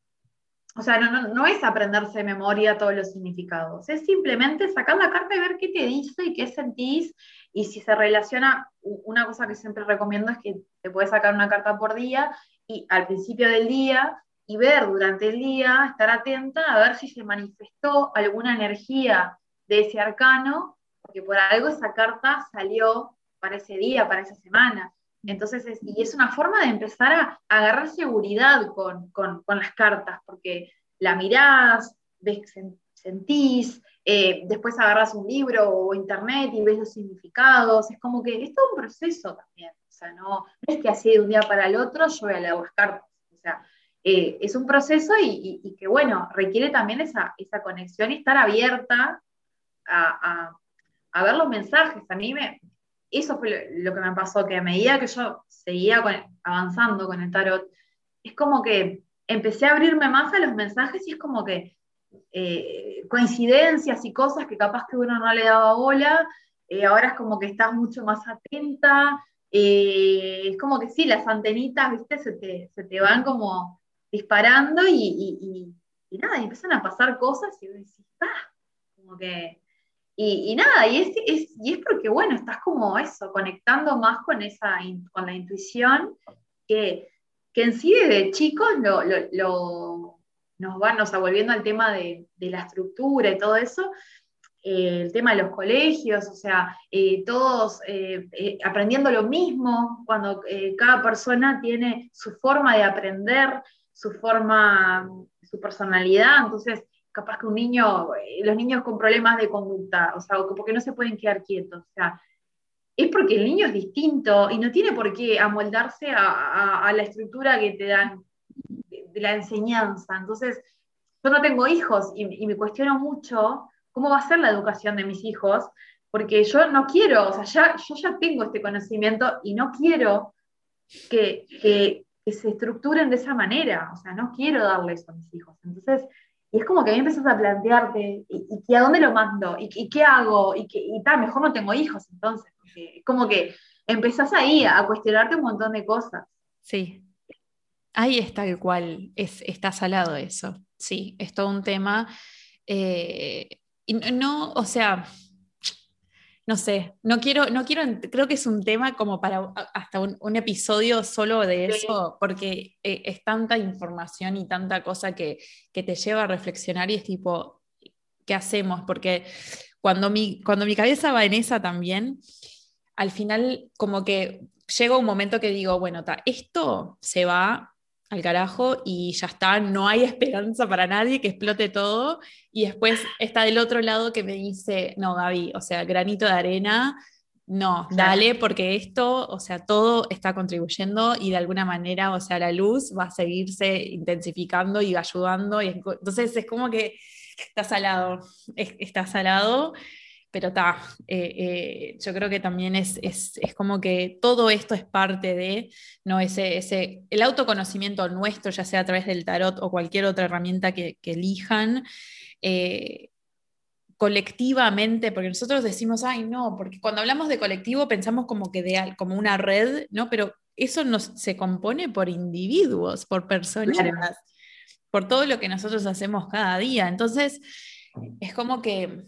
o sea, no es aprenderse de memoria todos los significados, es simplemente sacar la carta y ver qué te dice y qué sentís. Y si se relaciona, una cosa que siempre recomiendo es que te puedes sacar una carta por día y al principio del día y ver durante el día, estar atenta a ver si se manifestó alguna energía de ese arcano, porque por algo esa carta salió para ese día, para esa semana. Entonces, y es una forma de empezar a agarrar seguridad con las cartas, porque la mirás, ves, sentís, después agarras un libro o internet y ves los significados, es como que es todo un proceso también, o sea, no es que así de un día para el otro yo voy a leer las cartas, o sea, es un proceso y que bueno, requiere también esa conexión y estar abierta a, a a ver los mensajes. Eso fue lo que me pasó, que a medida que yo seguía avanzando con el tarot, es como que empecé a abrirme más a los mensajes y es como que coincidencias y cosas que capaz que uno no le daba bola, ahora es como que estás mucho más atenta, es como que sí, las antenitas, viste, se te van como disparando y nada, y empiezan a pasar cosas y vos decís, como que y nada, y es porque, bueno, estás como eso, conectando más con la intuición, que, que en sí desde chicos nos va volviendo al tema de la estructura y todo eso, el tema de los colegios, o sea, todos aprendiendo lo mismo, cuando cada persona tiene su forma de aprender, su forma, su personalidad, entonces capaz que un niño, los niños con problemas de conducta, o sea, o porque no se pueden quedar quietos, o sea, es porque el niño es distinto y no tiene por qué amoldarse a la estructura que te dan de la enseñanza. Entonces, yo no tengo hijos y me cuestiono mucho cómo va a ser la educación de mis hijos, porque yo no quiero, o sea, yo ya tengo este conocimiento y no quiero que se estructuren de esa manera, o sea, no quiero darle eso a mis hijos. Entonces, y es como que a mí empiezas a plantearte, ¿y a dónde lo mando? ¿Y qué hago? Y tal, mejor no tengo hijos, entonces, porque es como que empezás ahí a cuestionarte un montón de cosas. Sí, ahí está el cual, está salado eso. Sí, es todo un tema. Y no, o sea, no sé, creo que es un tema como para hasta un episodio solo de Sí, eso, porque es tanta información y tanta cosa que te lleva a reflexionar y es tipo, ¿qué hacemos? Porque cuando mi cabeza va en esa también, al final como que llega un momento que digo, bueno, esto se va al carajo y ya está, no hay esperanza para nadie que explote todo. Y después está del otro lado que me dice, no, Gaby, o sea, granito de arena, no, claro. dale, porque esto, o sea, todo está contribuyendo y de alguna manera, o sea, la luz va a seguirse intensificando y ayudando. Entonces es como que está salado, está salado. pero está, yo creo que también es como que todo esto es parte de, ¿no? El autoconocimiento nuestro, ya sea a través del tarot o cualquier otra herramienta que elijan, eh, colectivamente, porque nosotros decimos, ay, no, porque cuando hablamos de colectivo pensamos como que como una red, ¿no? Pero eso se compone por individuos, por Claro, personitas, por todo lo que nosotros hacemos cada día. Entonces, es como que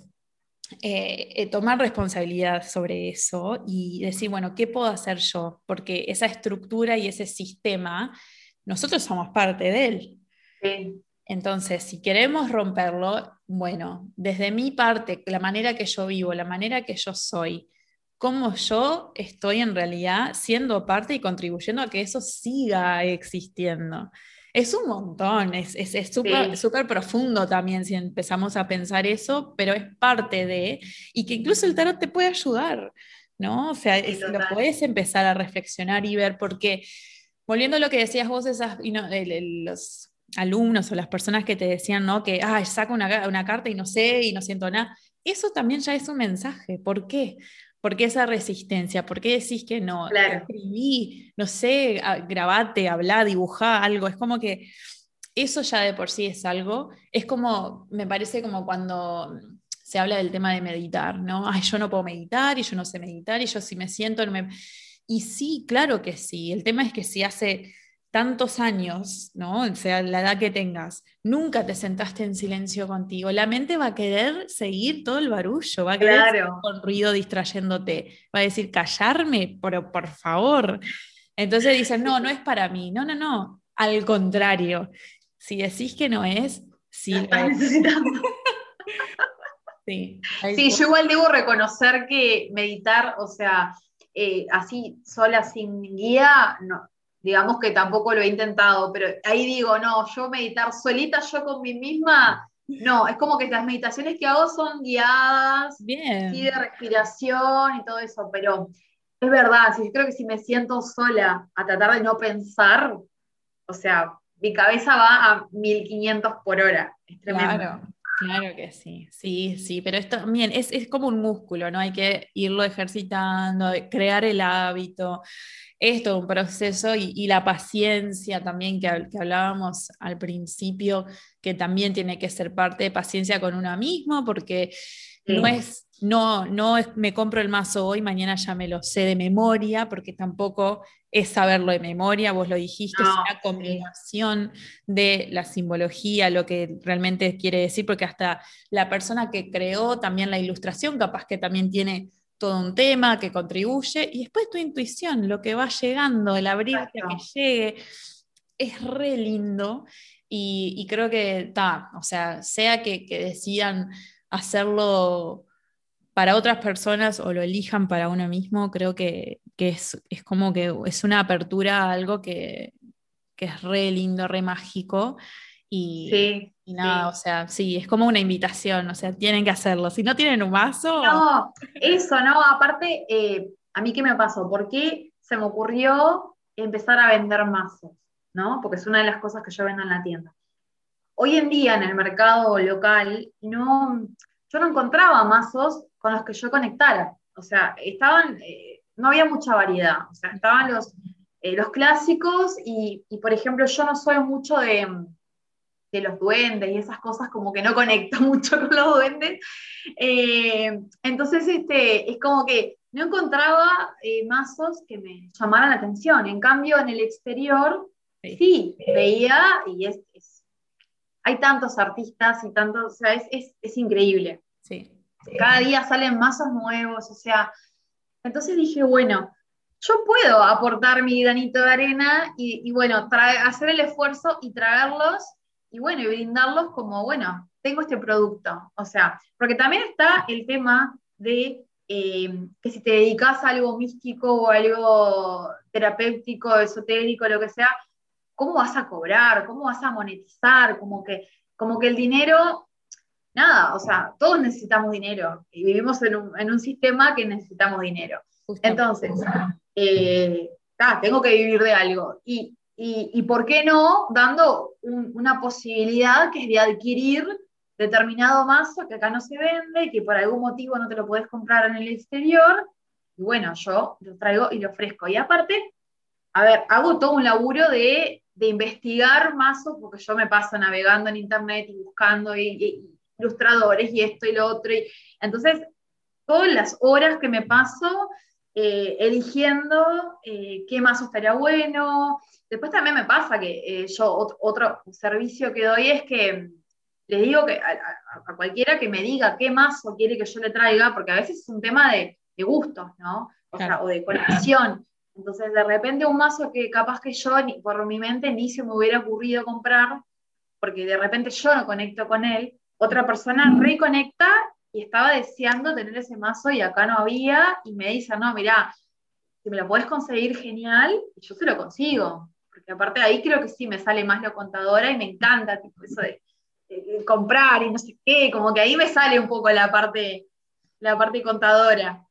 tomar responsabilidad sobre eso y decir, bueno, ¿qué puedo hacer yo? Porque esa estructura y ese sistema, nosotros somos parte de él. sí, Entonces, si queremos romperlo, bueno, desde mi parte, la manera que yo vivo, la manera que yo soy, cómo yo estoy en realidad siendo parte y contribuyendo a que eso siga existiendo. Es un montón, es súper sí, súper profundo también si empezamos a pensar eso, pero es parte de, y que incluso el tarot te puede ayudar, ¿no? O sea, sí, lo total. puedes empezar a reflexionar y ver, porque volviendo a lo que decías vos, los alumnos o las personas que te decían, ¿no? Que, saco una carta y no siento nada. Eso también ya es un mensaje. ¿Por qué? ¿Por qué esa resistencia? ¿Por qué decís que no? Claro, Escribí, no sé, grabate, hablá, dibujá algo. Es como que eso ya de por sí es algo. Es como, me parece como cuando se habla del tema de meditar, ¿no? Ay, yo no puedo meditar y yo no sé meditar y yo si me siento no me... Y sí, claro que sí. El tema es que si hace tantos años, ¿no? O sea, la edad que tengas, nunca te sentaste en silencio contigo, la mente va a querer seguir todo el barullo, va a querer seguir claro. con ruido distrayéndote, va a decir, callarme, pero por favor. Entonces dicen, no, no es para mí. No, no, no. Al contrario, si decís que no es, La sí lo estás es. necesitando. Sí, tal Sí, cual. yo igual debo reconocer que meditar, o sea, así sola sin guía, no, digamos que tampoco lo he intentado, pero ahí digo, no, yo meditar solita, yo con mí misma, no, es como que las meditaciones que hago son guiadas, sí, de Bien. respiración y todo eso, pero es verdad, sí, yo creo que si me siento sola a tratar de no pensar, o sea, mi cabeza va a 1500 por hora, es tremendo. Claro, claro que sí, sí, sí, pero esto también es como un músculo, ¿no? Hay que irlo ejercitando, crear el hábito, es todo un proceso y la paciencia también que hablábamos al principio, que también tiene que ser parte de paciencia con uno mismo, porque Sí, no es me compro el mazo hoy, mañana ya me lo sé de memoria, porque tampoco es saberlo de memoria, vos lo dijiste, es no, una sí. combinación de la simbología, lo que realmente quiere decir, porque hasta la persona que creó también la ilustración, capaz que también tiene todo un tema que contribuye, y después tu intuición, lo que va llegando, el abrirte a que Exacto. llegue, es re lindo, y creo que está, o sea que decidan hacerlo para otras personas o lo elijan para uno mismo, creo que es como que es una apertura a algo que es re lindo, re mágico. Y, Sí, y nada, o sí. sea, sí, es como una invitación, o sea, tienen que hacerlo. Si no tienen un vaso, No, eso, ¿no? Aparte, ¿a mí qué me pasó? ¿Por qué se me ocurrió empezar a vender mazos? ¿No? Porque es una de las cosas que yo vendo en la tienda. Hoy en día en el mercado local, no, yo no encontraba mazos con los que yo conectara. O sea, no había mucha variedad. O sea, estaban los clásicos y, por ejemplo, yo no soy mucho de los duendes y esas cosas, como que no conecto mucho con los duendes. Entonces, es como que no encontraba mazos que me llamaran la atención. En cambio, en el exterior, sí, sí, veía y hay tantos artistas y tantos, o sea, es increíble. sí. Cada día salen mazos nuevos, o sea, entonces dije, bueno, yo puedo aportar mi granito de arena y bueno, hacer el esfuerzo y traerlos y bueno, y brindarlos como, bueno, tengo este producto. O sea, porque también está el tema de que si te dedicas a algo místico o algo terapéutico, esotérico, lo que sea, ¿cómo vas a cobrar? ¿Cómo vas a monetizar? Como que el dinero nada, o sea, todos necesitamos dinero y vivimos en un sistema que necesitamos dinero. Justamente. Entonces, tengo que vivir de algo. Y ¿por qué no dando una posibilidad que es de adquirir determinado mazo que acá no se vende y que por algún motivo no te lo podés comprar en el exterior, y bueno, yo lo traigo y lo ofrezco. Y aparte, a ver, hago todo un laburo de investigar mazos, porque yo me paso navegando en internet y buscando y ilustradores y esto y lo otro. Entonces, todas las horas que me paso eligiendo qué mazo estaría bueno. Después también me pasa que otro servicio que doy es que le digo que a cualquiera que me diga qué mazo quiere que yo le traiga, porque a veces es un tema de gustos, ¿no? O Claro. sea, o de conexión. Entonces, de repente un mazo que capaz que yo, por mi mente, ni se me hubiera ocurrido comprar, porque de repente yo no conecto con él, otra persona reconecta y estaba deseando tener ese mazo y acá no había, y me dice, no, mirá, si me lo podés conseguir, genial, y yo se lo consigo. Porque aparte de ahí creo que sí me sale más lo contadora y me encanta tipo, eso de comprar y no sé qué, como que ahí me sale un poco la parte contadora.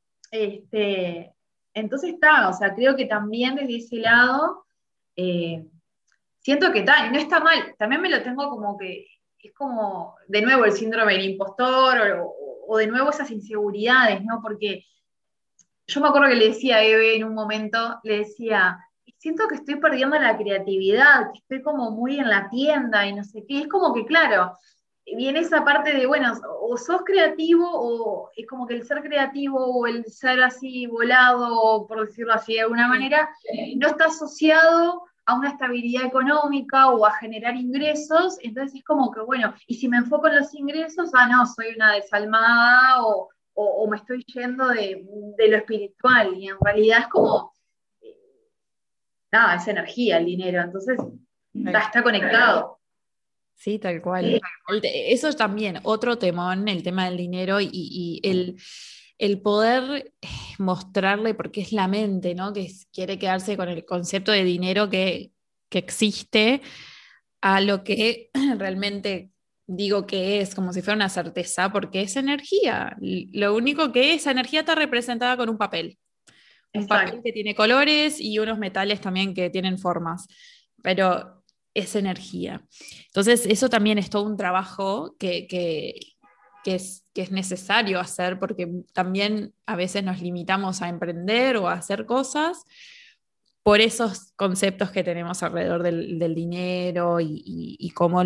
Entonces está, o sea, creo que también desde ese lado eh, siento que tal, y no está mal, también me lo tengo como que, es como, de nuevo, el síndrome del impostor, o de nuevo esas inseguridades, ¿no? Porque yo me acuerdo que le decía a Eve en un momento, le decía, siento que estoy perdiendo la creatividad, que estoy como muy en la tienda y no sé qué, es como que, claro, viene esa parte de, bueno, o sos creativo, o es como que el ser creativo o el ser así volado, por decirlo así de alguna manera, no está asociado a una estabilidad económica o a generar ingresos, entonces es como que, bueno, y si me enfoco en los ingresos, no, soy una desalmada o me estoy yendo de lo espiritual, y en realidad es como, eh, nada, es energía el dinero, entonces está conectado. Sí, tal cual. Eso es también otro temón, el tema del dinero y el poder mostrarle, porque es la mente, ¿no? Que quiere quedarse con el concepto de dinero que existe a lo que realmente digo que es, como si fuera una certeza, porque es energía. Lo único que esa energía está representada con un papel. Un papel Exacto. que tiene colores y unos metales también que tienen formas, pero es energía. Entonces, eso también es todo un trabajo que es necesario hacer porque también a veces nos limitamos a emprender o a hacer cosas por esos conceptos que tenemos alrededor del dinero y cómo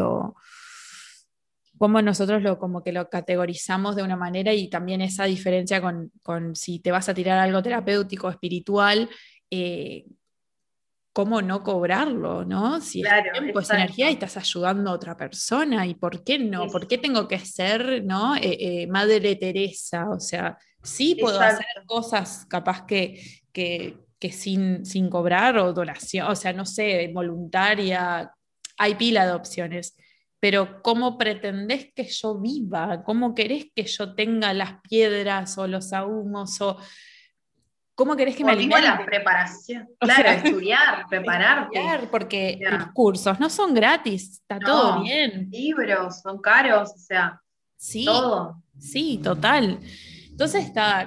cómo nosotros como que lo categorizamos de una manera y también esa diferencia con si te vas a tirar algo terapéutico, espiritual, eh, cómo no cobrarlo, ¿no? Si es Claro, tiempo, es energía y exacto. estás ayudando a otra persona, ¿y por qué no? ¿Por qué Eso, tengo que ser, ¿no? Madre Teresa, o sea, sí puedo hacer exacto. cosas capaz que sin cobrar o donación, o sea, no sé, voluntaria, hay pila de opciones. Pero ¿cómo pretendés que yo viva? ¿Cómo querés que yo tenga las piedras o los ahumos? ¿O cómo querés que me O mismo la alimente? preparación, O claro, sea, estudiar, prepararte. estudiar, porque los Ya, cursos no son gratis, está todo no, bien. libros son caros, o sea, Sí, todo. sí, total. Entonces está,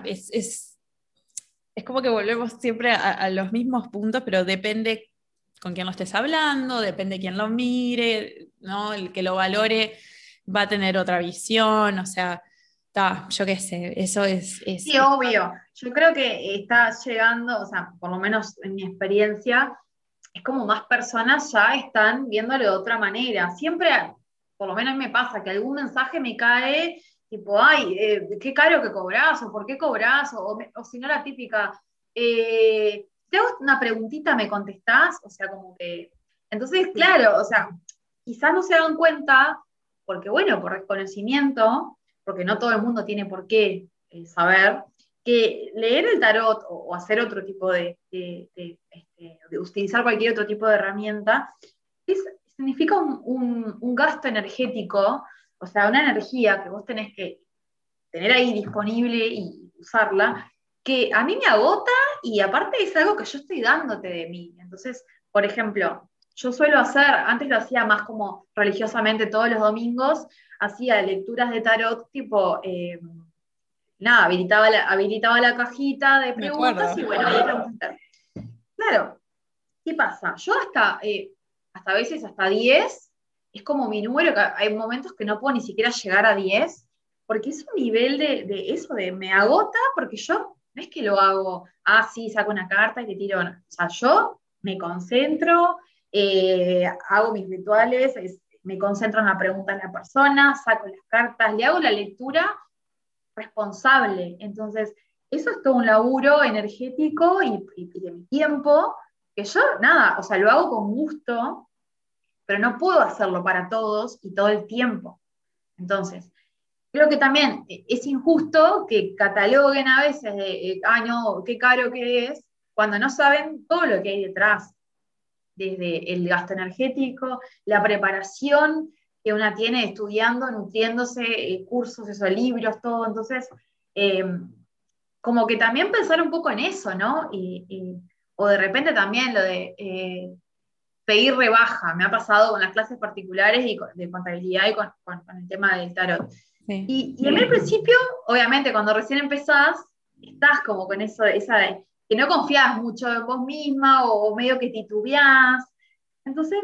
es como que volvemos siempre a los mismos puntos, pero depende con quién lo estés hablando, depende quién lo mire, ¿no? El que lo valore va a tener otra visión, o sea, está, yo qué sé, eso Sí, obvio. Yo creo que está llegando, o sea, por lo menos en mi experiencia, es como más personas ya están viéndolo de otra manera. Siempre, por lo menos a mí me pasa que algún mensaje me cae, tipo, ay, qué caro que cobrás, o por qué cobrás, o si no la típica, te hago una preguntita, ¿me contestás? O sea, como que. Entonces, claro, o sea, quizás no se dan cuenta, porque bueno, por desconocimiento, porque no todo el mundo tiene por qué saber, que leer el tarot o hacer otro tipo de utilizar cualquier otro tipo de herramienta significa un gasto energético, o sea, una energía que vos tenés que tener ahí disponible y usarla, que a mí me agota y aparte es algo que yo estoy dándote de mí. Entonces, por ejemplo, yo suelo hacer, antes lo hacía más como religiosamente todos los domingos, hacía lecturas de tarot tipo nada, habilitaba la cajita de me preguntas acuerdo. y bueno, ahí preguntas. Claro, ¿qué pasa? Yo hasta a veces hasta 10 es como mi número, que hay momentos que no puedo ni siquiera llegar a 10 porque es un nivel de eso, de me agota, porque yo no es que lo hago, sí, saco una carta y te tiro, no. O sea, yo me concentro, hago mis rituales, me concentro en la pregunta de la persona, saco las cartas, le hago la lectura responsable. Entonces, eso es todo un laburo energético y de mi tiempo, que yo, nada, o sea, lo hago con gusto, pero no puedo hacerlo para todos y todo el tiempo. Entonces, creo que también es injusto que cataloguen a veces de, no, qué caro que es, cuando no saben todo lo que hay detrás, desde el gasto energético, la preparación que una tiene estudiando, nutriéndose, cursos, esos libros, todo. Entonces, eh, como que también pensar un poco en eso, ¿no? O de repente también lo de pedir rebaja, me ha pasado con las clases particulares y de contabilidad y con el tema del tarot. Sí. Y en el principio, obviamente, cuando recién empezás, estás como con eso, esa de que no confías mucho en vos misma o medio que titubeás. Entonces,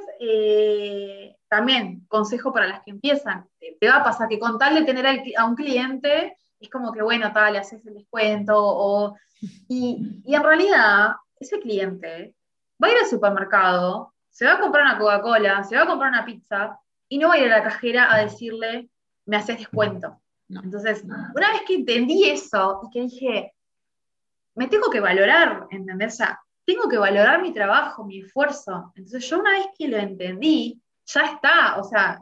también, consejo para las que empiezan, te va a pasar que con tal de tener a un cliente, es como que, bueno, tal, le haces el descuento, y en realidad, ese cliente va a ir al supermercado, se va a comprar una Coca-Cola, se va a comprar una pizza, y no va a ir a la cajera a decirle, me haces descuento. No. Entonces, una vez que entendí eso y que dije, me tengo que valorar, ¿entendés? O sea, tengo que valorar mi trabajo, mi esfuerzo. Entonces, yo una vez que lo entendí, ya está, o sea,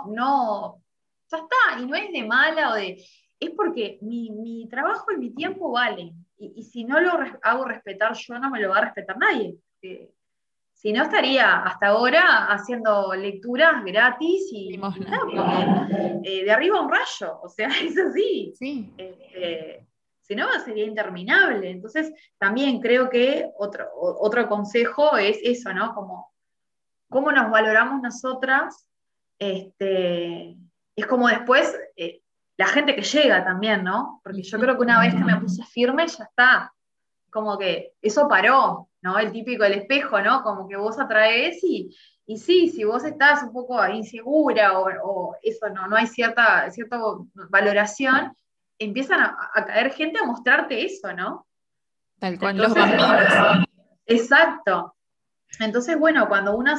ya está, y no es de mala es porque mi trabajo y mi tiempo valen. Y si no lo hago respetar yo, no me lo va a respetar nadie. Si no, estaría hasta ahora haciendo lecturas gratis y Limosna. nada, porque de arriba un rayo, o sea, es así. Sí. Si no, sería interminable. Entonces, también creo que otro consejo es eso, ¿no? Como cómo nos valoramos nosotras, es como después la gente que llega también, ¿no? Porque yo creo que una vez que me puse firme, ya está, como que eso paró, ¿no? El típico el espejo, ¿no? Como que vos atraes y sí, si vos estás un poco insegura o eso no hay cierta valoración, empiezan a caer gente a mostrarte eso, ¿no? Tal cual, los Entonces, vampiros. exacto. Entonces, bueno, cuando uno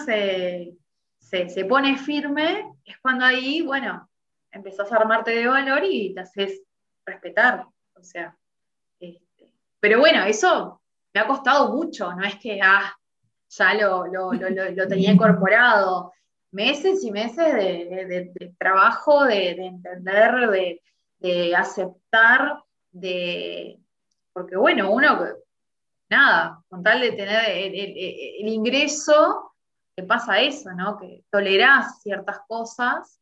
se pone firme, es cuando ahí, bueno, empezás a armarte de valor y te haces respetar. O sea, pero bueno, eso me ha costado mucho, no es que ya lo tenía incorporado. Meses y meses de trabajo, de entender, de aceptar, porque bueno, uno, nada, con tal de tener el ingreso, te pasa eso, ¿no? Que tolerás ciertas cosas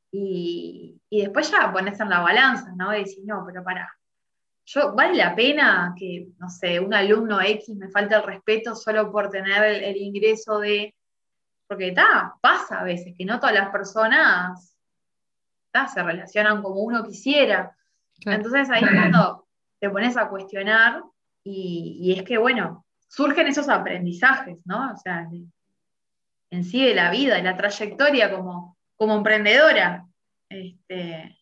y después ya pones en la balanza, ¿no? Y decís, no, pero pará, ¿vale la pena que, no sé, un alumno X me falte el respeto solo por tener el ingreso porque pasa a veces que no todas las personas se relacionan como uno quisiera. Claro. Entonces ahí es cuando te pones a cuestionar y es que, bueno, surgen esos aprendizajes, ¿no? O sea, en sí de la vida, de la trayectoria como emprendedora. Este,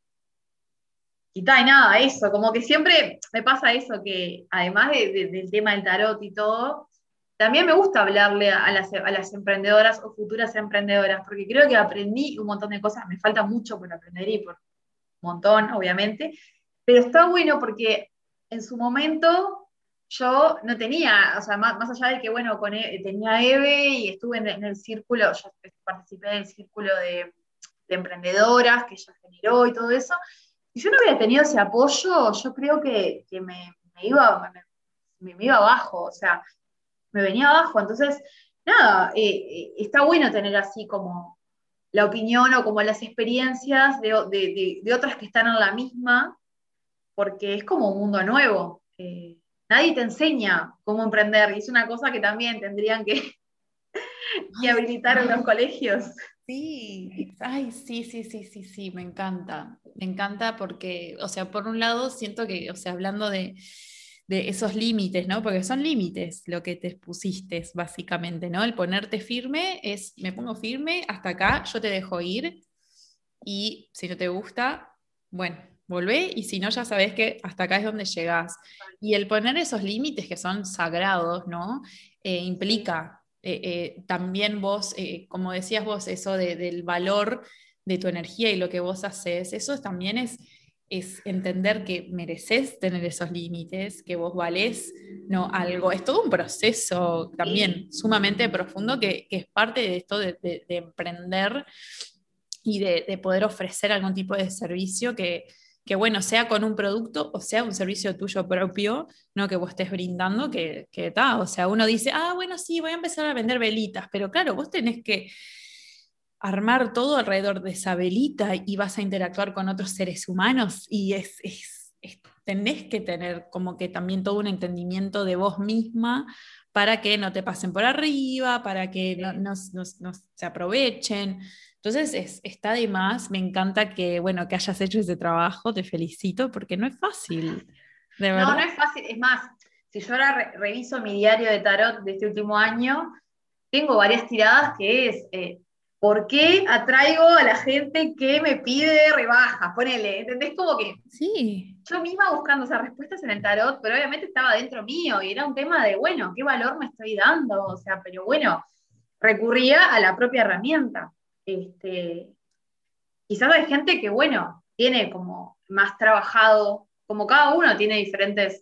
y nada, eso, como que siempre me pasa eso, que además del tema del tarot y todo, también me gusta hablarle a las emprendedoras o futuras emprendedoras, porque creo que aprendí un montón de cosas, me falta mucho por aprender y por un montón, obviamente, pero está bueno porque en su momento yo no tenía, o sea, más allá de que, bueno, tenía EVE y estuve en el círculo, yo participé del círculo de emprendedoras que ella generó y todo eso, si yo no hubiera tenido ese apoyo, yo creo que me iba abajo, o sea, me venía abajo. Entonces, nada, está bueno tener así como la opinión o como las experiencias de otras que están en la misma, porque es como un mundo nuevo. Nadie te enseña cómo emprender y es una cosa que también tendrían que Ay, habilitar en los colegios. sí, ay, sí, sí, sí, sí, sí, me encanta porque, o sea, por un lado siento que, o sea, hablando de esos límites, ¿no? Porque son límites lo que te pusiste, básicamente, ¿no? El ponerte firme es, me pongo firme, hasta acá, yo te dejo ir, y si no te gusta, bueno, volvé, y si no, ya sabés que hasta acá es donde llegás. Y el poner esos límites que son sagrados, ¿no? Implica también vos, como decías vos, eso del valor de tu energía y lo que vos haces, eso también es entender que mereces tener esos límites, que vos valés, no algo. Es todo un proceso también sumamente profundo que es parte de esto de emprender y de poder ofrecer algún tipo de servicio que, bueno, sea con un producto o sea un servicio tuyo propio, ¿no? Que vos estés brindando, que ta, o sea, uno dice, ah, bueno, sí, voy a empezar a vender velitas, pero claro, vos tenés que armar todo alrededor de esa velita y vas a interactuar con otros seres humanos y tenés que tener como que también todo un entendimiento de vos misma para que no te pasen por arriba, para que no se aprovechen. Entonces está de más, me encanta que, bueno, que hayas hecho ese trabajo, te felicito porque no es fácil, de No, verdad. no es fácil. Es más, si yo ahora reviso mi diario de tarot de este último año, tengo varias tiradas que es, ¿por qué atraigo a la gente que me pide rebajas? Ponele, ¿entendés? Como que Sí. yo misma buscando esas respuestas en el tarot, pero obviamente estaba dentro mío y era un tema de, bueno, ¿qué valor me estoy dando? O sea, pero bueno, recurría a la propia herramienta. Este, quizás hay gente que, bueno, tiene como más trabajado, como cada uno tiene diferentes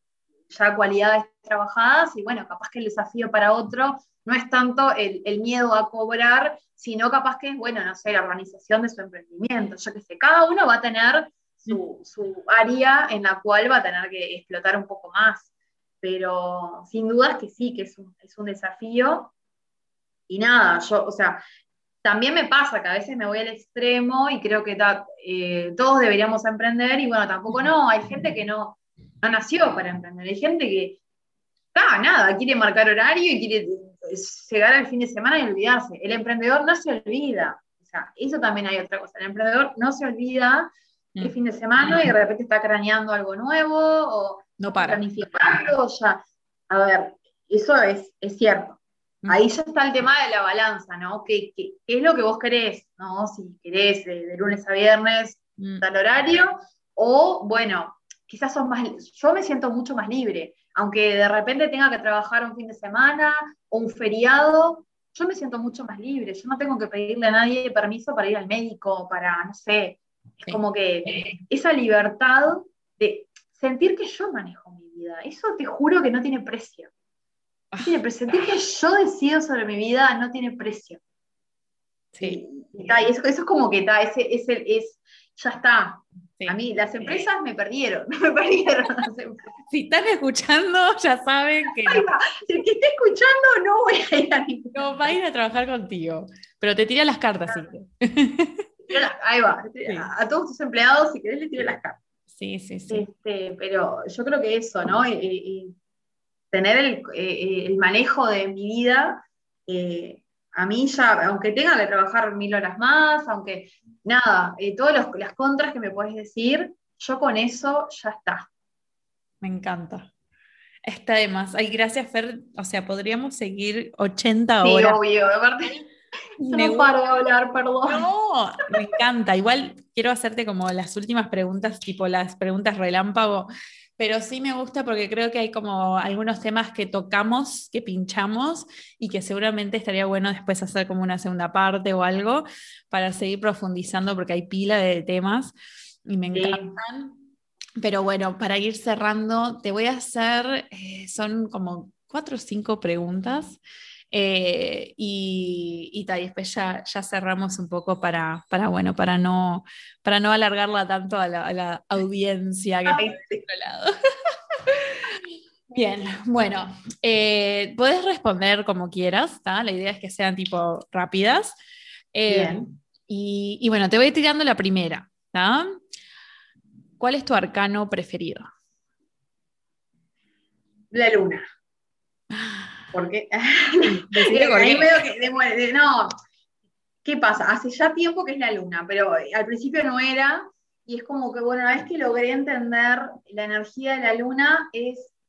ya cualidades trabajadas, y bueno, capaz que el desafío para otro no es tanto el miedo a cobrar, sino capaz que es, bueno, no sé, la organización de su emprendimiento. Yo qué sé, cada uno va a tener su área en la cual va a tener que explotar un poco más, pero sin dudas que sí, que es un desafío. Y nada, yo, o sea, también me pasa que a veces me voy al extremo y creo que todos deberíamos emprender y bueno, tampoco no, hay gente que no nació para emprender, hay gente que, nada, quiere marcar horario y quiere llegar al fin de semana y olvidarse. El emprendedor no se olvida, o sea, eso también hay otra cosa, el emprendedor no se olvida el Mm. fin de semana y de repente está craneando algo nuevo o No está para. planificando, ya, a ver, eso es cierto. Ahí Ujú. ya está el tema de la balanza, ¿no? ¿Qué es lo que vos querés, ¿no? Si querés de lunes a viernes, Mm. tal horario, o bueno, quizás sos más, yo me siento mucho más libre, aunque de repente tenga que trabajar un fin de semana o un feriado, yo me siento mucho más libre, yo no tengo que pedirle a nadie permiso para ir al médico, para, no sé, es Sí. como que esa libertad de sentir que yo manejo mi vida, eso te juro que no tiene precio. No tiene Ah, precio. Sentir que yo decido sobre mi vida no tiene precio. sí, Y eso es como que ya está. A sí. mí las empresas me perdieron, me perdieron las empresas. Si están escuchando, ya saben que Ahí no, va. Si el que esté escuchando no voy a ir a ninguna no va a ir empresa. a trabajar contigo, pero te tira las cartas, sí. Ahí va. Sí, A todos tus empleados, si querés, les tiro las cartas. sí, sí, sí. Pero yo creo que eso, ¿no? Tener el manejo de mi vida, eh, a mí ya, aunque tenga que trabajar 1000 horas más, aunque nada, todas las contras que me podés decir, yo con eso ya está. Me encanta. Está de más. Ay, gracias, Fer. O sea, podríamos seguir 80 Sí, horas. obvio, aparte, Y yo me no gusta. paro de hablar, perdón. No, me encanta. Igual quiero hacerte como las últimas preguntas, tipo las preguntas relámpago, pero sí me gusta porque creo que hay como algunos temas que tocamos, que pinchamos y que seguramente estaría bueno después hacer como una segunda parte o algo para seguir profundizando porque hay pila de temas y me Sí, encantan. Pero bueno, para ir cerrando, te voy a hacer, son como 4 o 5 preguntas. Y después ya cerramos un poco bueno, para no alargarla tanto a la audiencia que está ay, del sí. otro lado. Bien, bueno, podés responder como quieras, ¿tá? La idea es que sean tipo rápidas. Eh, Bien, y bueno, te voy tirando la primera, ¿tá? ¿Cuál es tu arcano preferido? la luna. ¿Por qué? Sí, decime por Ahí qué. veo que, no, ¿qué pasa? Hace ya tiempo que es la luna, pero al principio no era, y es como que, bueno, una vez que logré entender la energía de la luna, es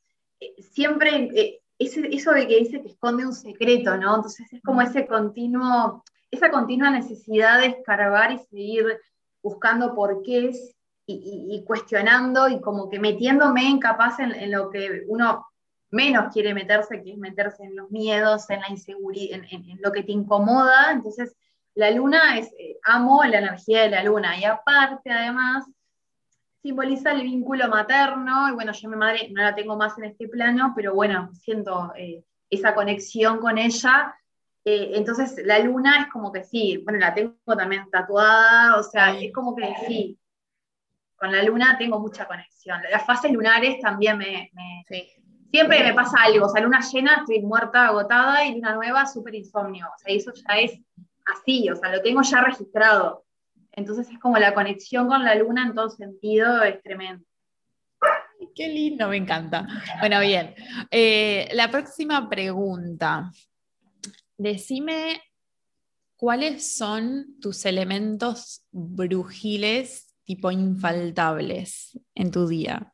siempre, eso de que dice que esconde un secreto, ¿no? Entonces es como esa continua necesidad de escarbar y seguir buscando porqués y cuestionando y como que metiéndome capaz en lo que uno menos quiere meterse, que es meterse en los miedos, en la inseguridad, en lo que te incomoda. Entonces, la luna amo la energía de la luna y aparte, además, simboliza el vínculo materno, y bueno, yo mi madre no la tengo más en este plano, pero bueno, siento esa conexión con ella. Entonces la luna es como que sí, bueno, la tengo también tatuada, o sea, Ay, es como que sí, con la luna tengo mucha conexión. Las fases lunares también sí. siempre me pasa algo, o sea, luna llena, estoy muerta, agotada, y luna nueva, súper insomnio, o sea, eso ya es así, o sea, lo tengo ya registrado. Entonces es como la conexión con la luna en todo sentido es tremendo. Qué lindo, me encanta. Bueno, bien. La próxima pregunta. Decime cuáles son tus elementos brujiles, tipo infaltables, en tu día.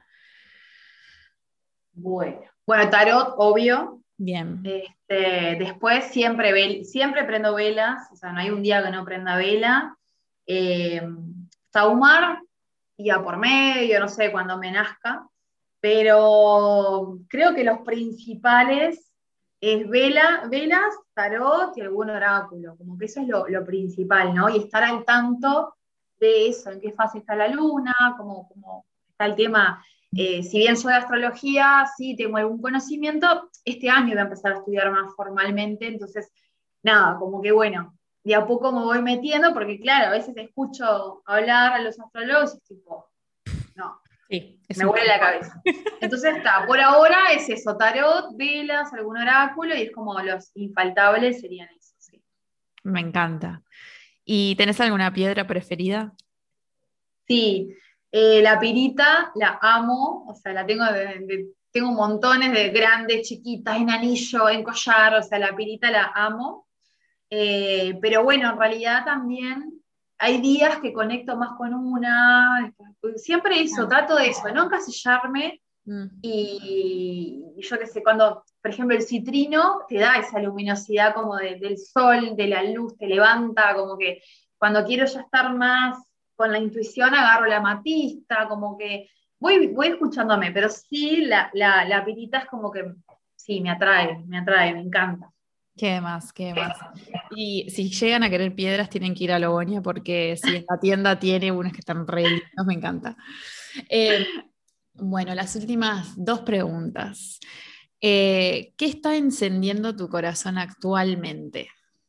Bueno, tarot, obvio. Bien. Después siempre prendo velas, o sea, no hay un día que no prenda vela. Eh, Sahumar, día por medio, no sé, cuando me nazca. Pero creo que los principales es velas, tarot y algún oráculo, como que eso es lo principal, ¿no? Y estar al tanto de eso, en qué fase está la luna, cómo está el tema. Si bien soy de astrología, sí tengo algún conocimiento, este año voy a empezar a estudiar más formalmente, entonces, nada, como que bueno, de a poco me voy metiendo, porque claro, a veces escucho hablar a los astrólogos y es tipo, no, Sí, es me un... huele la cabeza. Entonces está, por ahora es eso, tarot, velas, algún oráculo, y es como los infaltables serían eso, sí. Me encanta. ¿Y tenés alguna piedra preferida? Sí, la pirita la amo, o sea, la tengo tengo montones de grandes, chiquitas, en anillo, en collar, o sea, la pirita la amo. Pero bueno, en realidad también hay días que conecto más con una, siempre eso, Ah. trato de eso, no encasillarme. Mm. Y yo qué sé, cuando, por ejemplo, el citrino te da esa luminosidad como del sol, de la luz, te levanta, como que cuando quiero ya estar más con la intuición, agarro la amatista, como que voy escuchándome, pero sí, la pirita es como que, sí, me atrae, me encanta. ¿Qué más? ¿Qué más? Y si llegan a querer piedras, tienen que ir a Logonia porque si en la tienda tiene unas que están re lindas, me encanta. Eh, bueno, las últimas dos preguntas. ¿Qué está encendiendo tu corazón actualmente?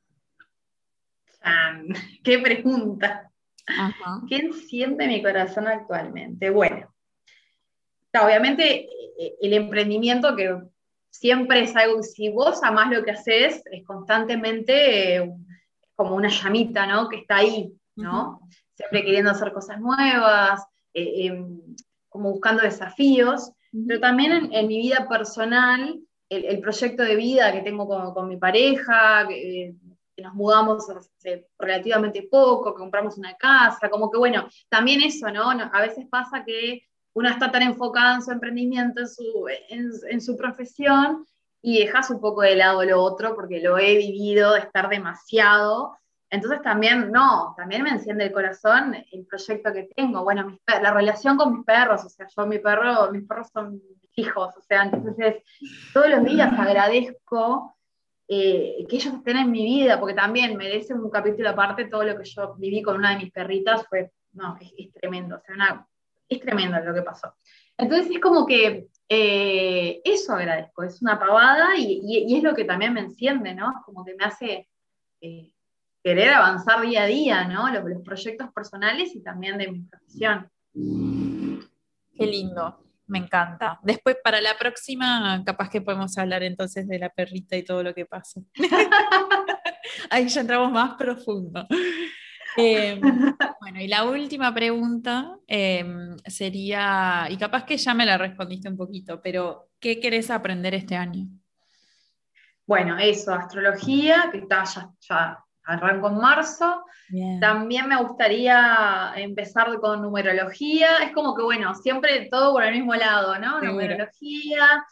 Ah, qué pregunta. Ajá. ¿Qué enciende mi corazón actualmente? Bueno, obviamente el emprendimiento que siempre es algo, si vos amás lo que haces, es constantemente como una llamita, ¿no? Que está ahí, Ujú. ¿no? Siempre queriendo hacer cosas nuevas, como buscando desafíos, pero Ujú. también en mi vida personal, el proyecto de vida que tengo con mi pareja, que nos mudamos hace relativamente poco, que compramos una casa, como que bueno, también eso, ¿no? A veces pasa que uno está tan enfocado en su emprendimiento, en su profesión, y dejas un poco de lado lo otro, porque lo he vivido de estar demasiado. Entonces también, no, también me enciende el corazón el proyecto que tengo. Bueno, la relación con mis perros, o sea, mis perros son mis hijos, o sea, entonces todos los días agradezco que ellos estén en mi vida, porque también merece un capítulo aparte todo lo que yo viví con una de mis perritas, no, es tremendo, o sea, es tremendo lo que pasó. Entonces es como que eso agradezco, es una pavada y es lo que también me enciende, ¿no? Es como que me hace eh, querer avanzar día a día, ¿no? Los proyectos personales y también de mi profesión. Qué lindo, me encanta. Después, para la próxima, capaz que podemos hablar entonces de la perrita y todo lo que pasa. Ahí ya entramos más profundo. Eh, bueno, y la última pregunta sería, y capaz que ya me la respondiste un poquito, pero ¿qué querés aprender este año? Bueno, eso, astrología, que está, ya arranco en marzo. Bien, También me gustaría empezar con numerología. Es como que, bueno, siempre todo por el mismo lado, ¿no? seguro. Numerología.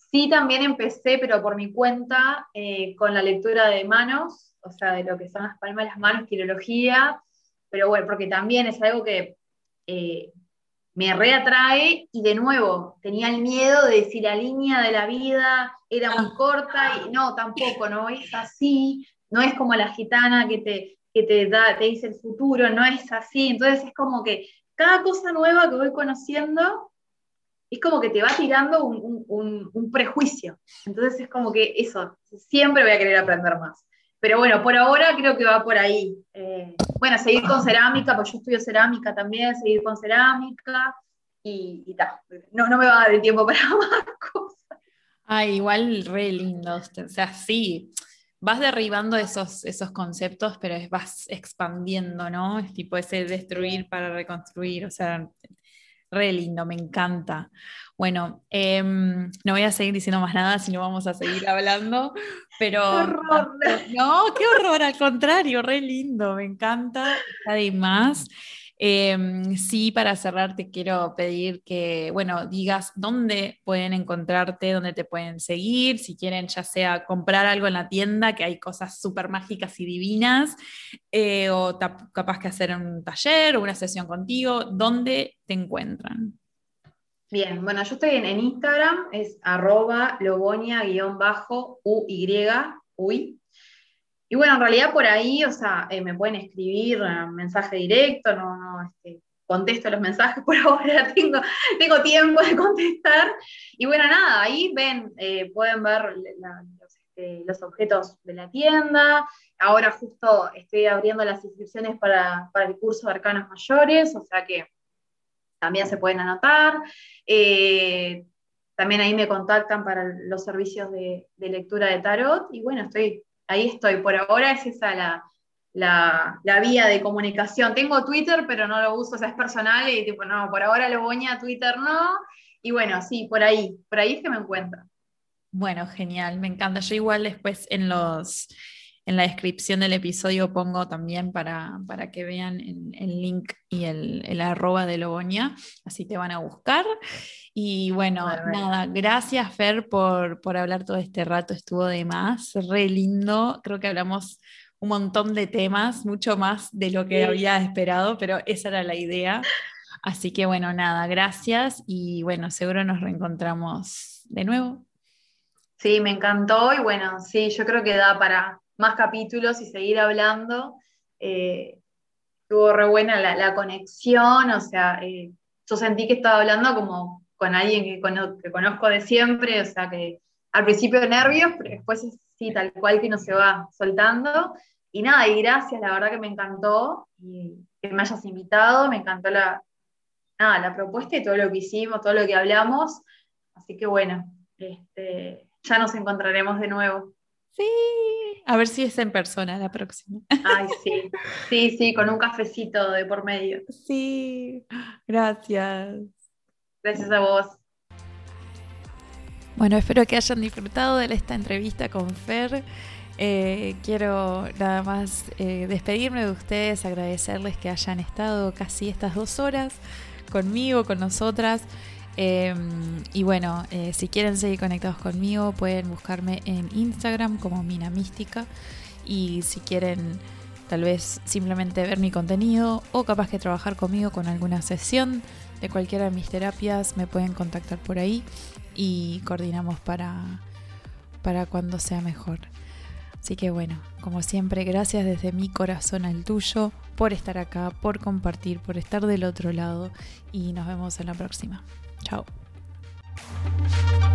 Sí, también empecé, pero por mi cuenta, con la lectura de manos, o sea, de lo que son las palmas de las manos, quirología, pero bueno, porque también es algo que eh, me reatrae y de nuevo tenía el miedo de si la línea de la vida era muy corta y no, tampoco, no es así, no es como la gitana te dice el futuro, no es así, entonces es como que cada cosa nueva que voy conociendo es como que te va tirando un prejuicio. Entonces es como que eso, siempre voy a querer aprender más. Pero bueno, por ahora creo que va por ahí. Bueno, seguir con cerámica, pues yo estudio cerámica también, seguir con cerámica y tal. No, no me va a dar el tiempo para más cosas. Ay, igual re lindo. O sea, sí, vas derribando esos conceptos, pero vas expandiendo, ¿no? Es tipo ese destruir para reconstruir. O sea, re lindo, me encanta. Bueno, no voy a seguir diciendo más nada, si no vamos a seguir hablando, ¡Qué pero horror! no, qué horror, al contrario, re lindo, me encanta, está de más. Sí, para cerrar te quiero pedir que, bueno, digas dónde pueden encontrarte, dónde te pueden seguir, si quieren ya sea comprar algo en la tienda, que hay cosas súper mágicas y divinas, o capaz que hacer un taller o una sesión contigo, ¿dónde te encuentran? Bien, bueno, yo estoy en Instagram, es @logonia_uy. Y bueno, en realidad por ahí, o sea, me pueden escribir mensaje directo, contesto los mensajes por ahora, tengo tiempo de contestar. Y bueno, nada, ahí pueden ver los objetos de la tienda. Ahora justo estoy abriendo las inscripciones para el curso de Arcanos Mayores, o sea que también se pueden anotar. Eh, También ahí me contactan para los servicios de lectura de tarot. Y bueno, ahí estoy. Por ahora es esa la vía de comunicación. Tengo Twitter, pero no lo uso, o sea, es personal y tipo, no, por ahora lo voy a Twitter no. Y bueno, sí, por ahí es que me encuentro. Bueno, genial, me encanta. Yo igual después en la descripción del episodio pongo también para que vean el link y el arroba de Logoña, así te van a buscar. Y bueno, Bueno. nada, gracias Fer por hablar todo este rato, estuvo de más, re lindo, creo que hablamos un montón de temas, mucho más de lo que Sí. había esperado, pero esa era la idea. Así que bueno, nada, gracias y bueno, seguro nos reencontramos de nuevo. Sí, me encantó y bueno, sí, yo creo que da para más capítulos y seguir hablando. Eh, Estuvo re buena la conexión, o sea, yo sentí que estaba hablando como con alguien que conozco de siempre, o sea, que al principio nervios, pero después sí, tal cual que uno se va soltando. Y nada, y gracias, la verdad que me encantó y que me hayas invitado, me encantó la propuesta y todo lo que hicimos, todo lo que hablamos. Así que bueno, ya nos encontraremos de nuevo. Sí, a ver si es en persona la próxima. Ay, sí, sí, sí, con un cafecito de por medio. Sí, gracias. Gracias a vos. Bueno, espero que hayan disfrutado de esta entrevista con Fer. Quiero nada más despedirme de ustedes, agradecerles que hayan estado casi estas 2 horas conmigo, con nosotras. Y bueno, si quieren seguir conectados conmigo, pueden buscarme en Instagram como Mina Mística. Y si quieren tal vez simplemente ver mi contenido o capaz que trabajar conmigo con alguna sesión de cualquiera de mis terapias, me pueden contactar por ahí y coordinamos para cuando sea mejor. Así que bueno, como siempre, gracias desde mi corazón al tuyo por estar acá, por compartir, por estar del otro lado y nos vemos en la próxima. Chao.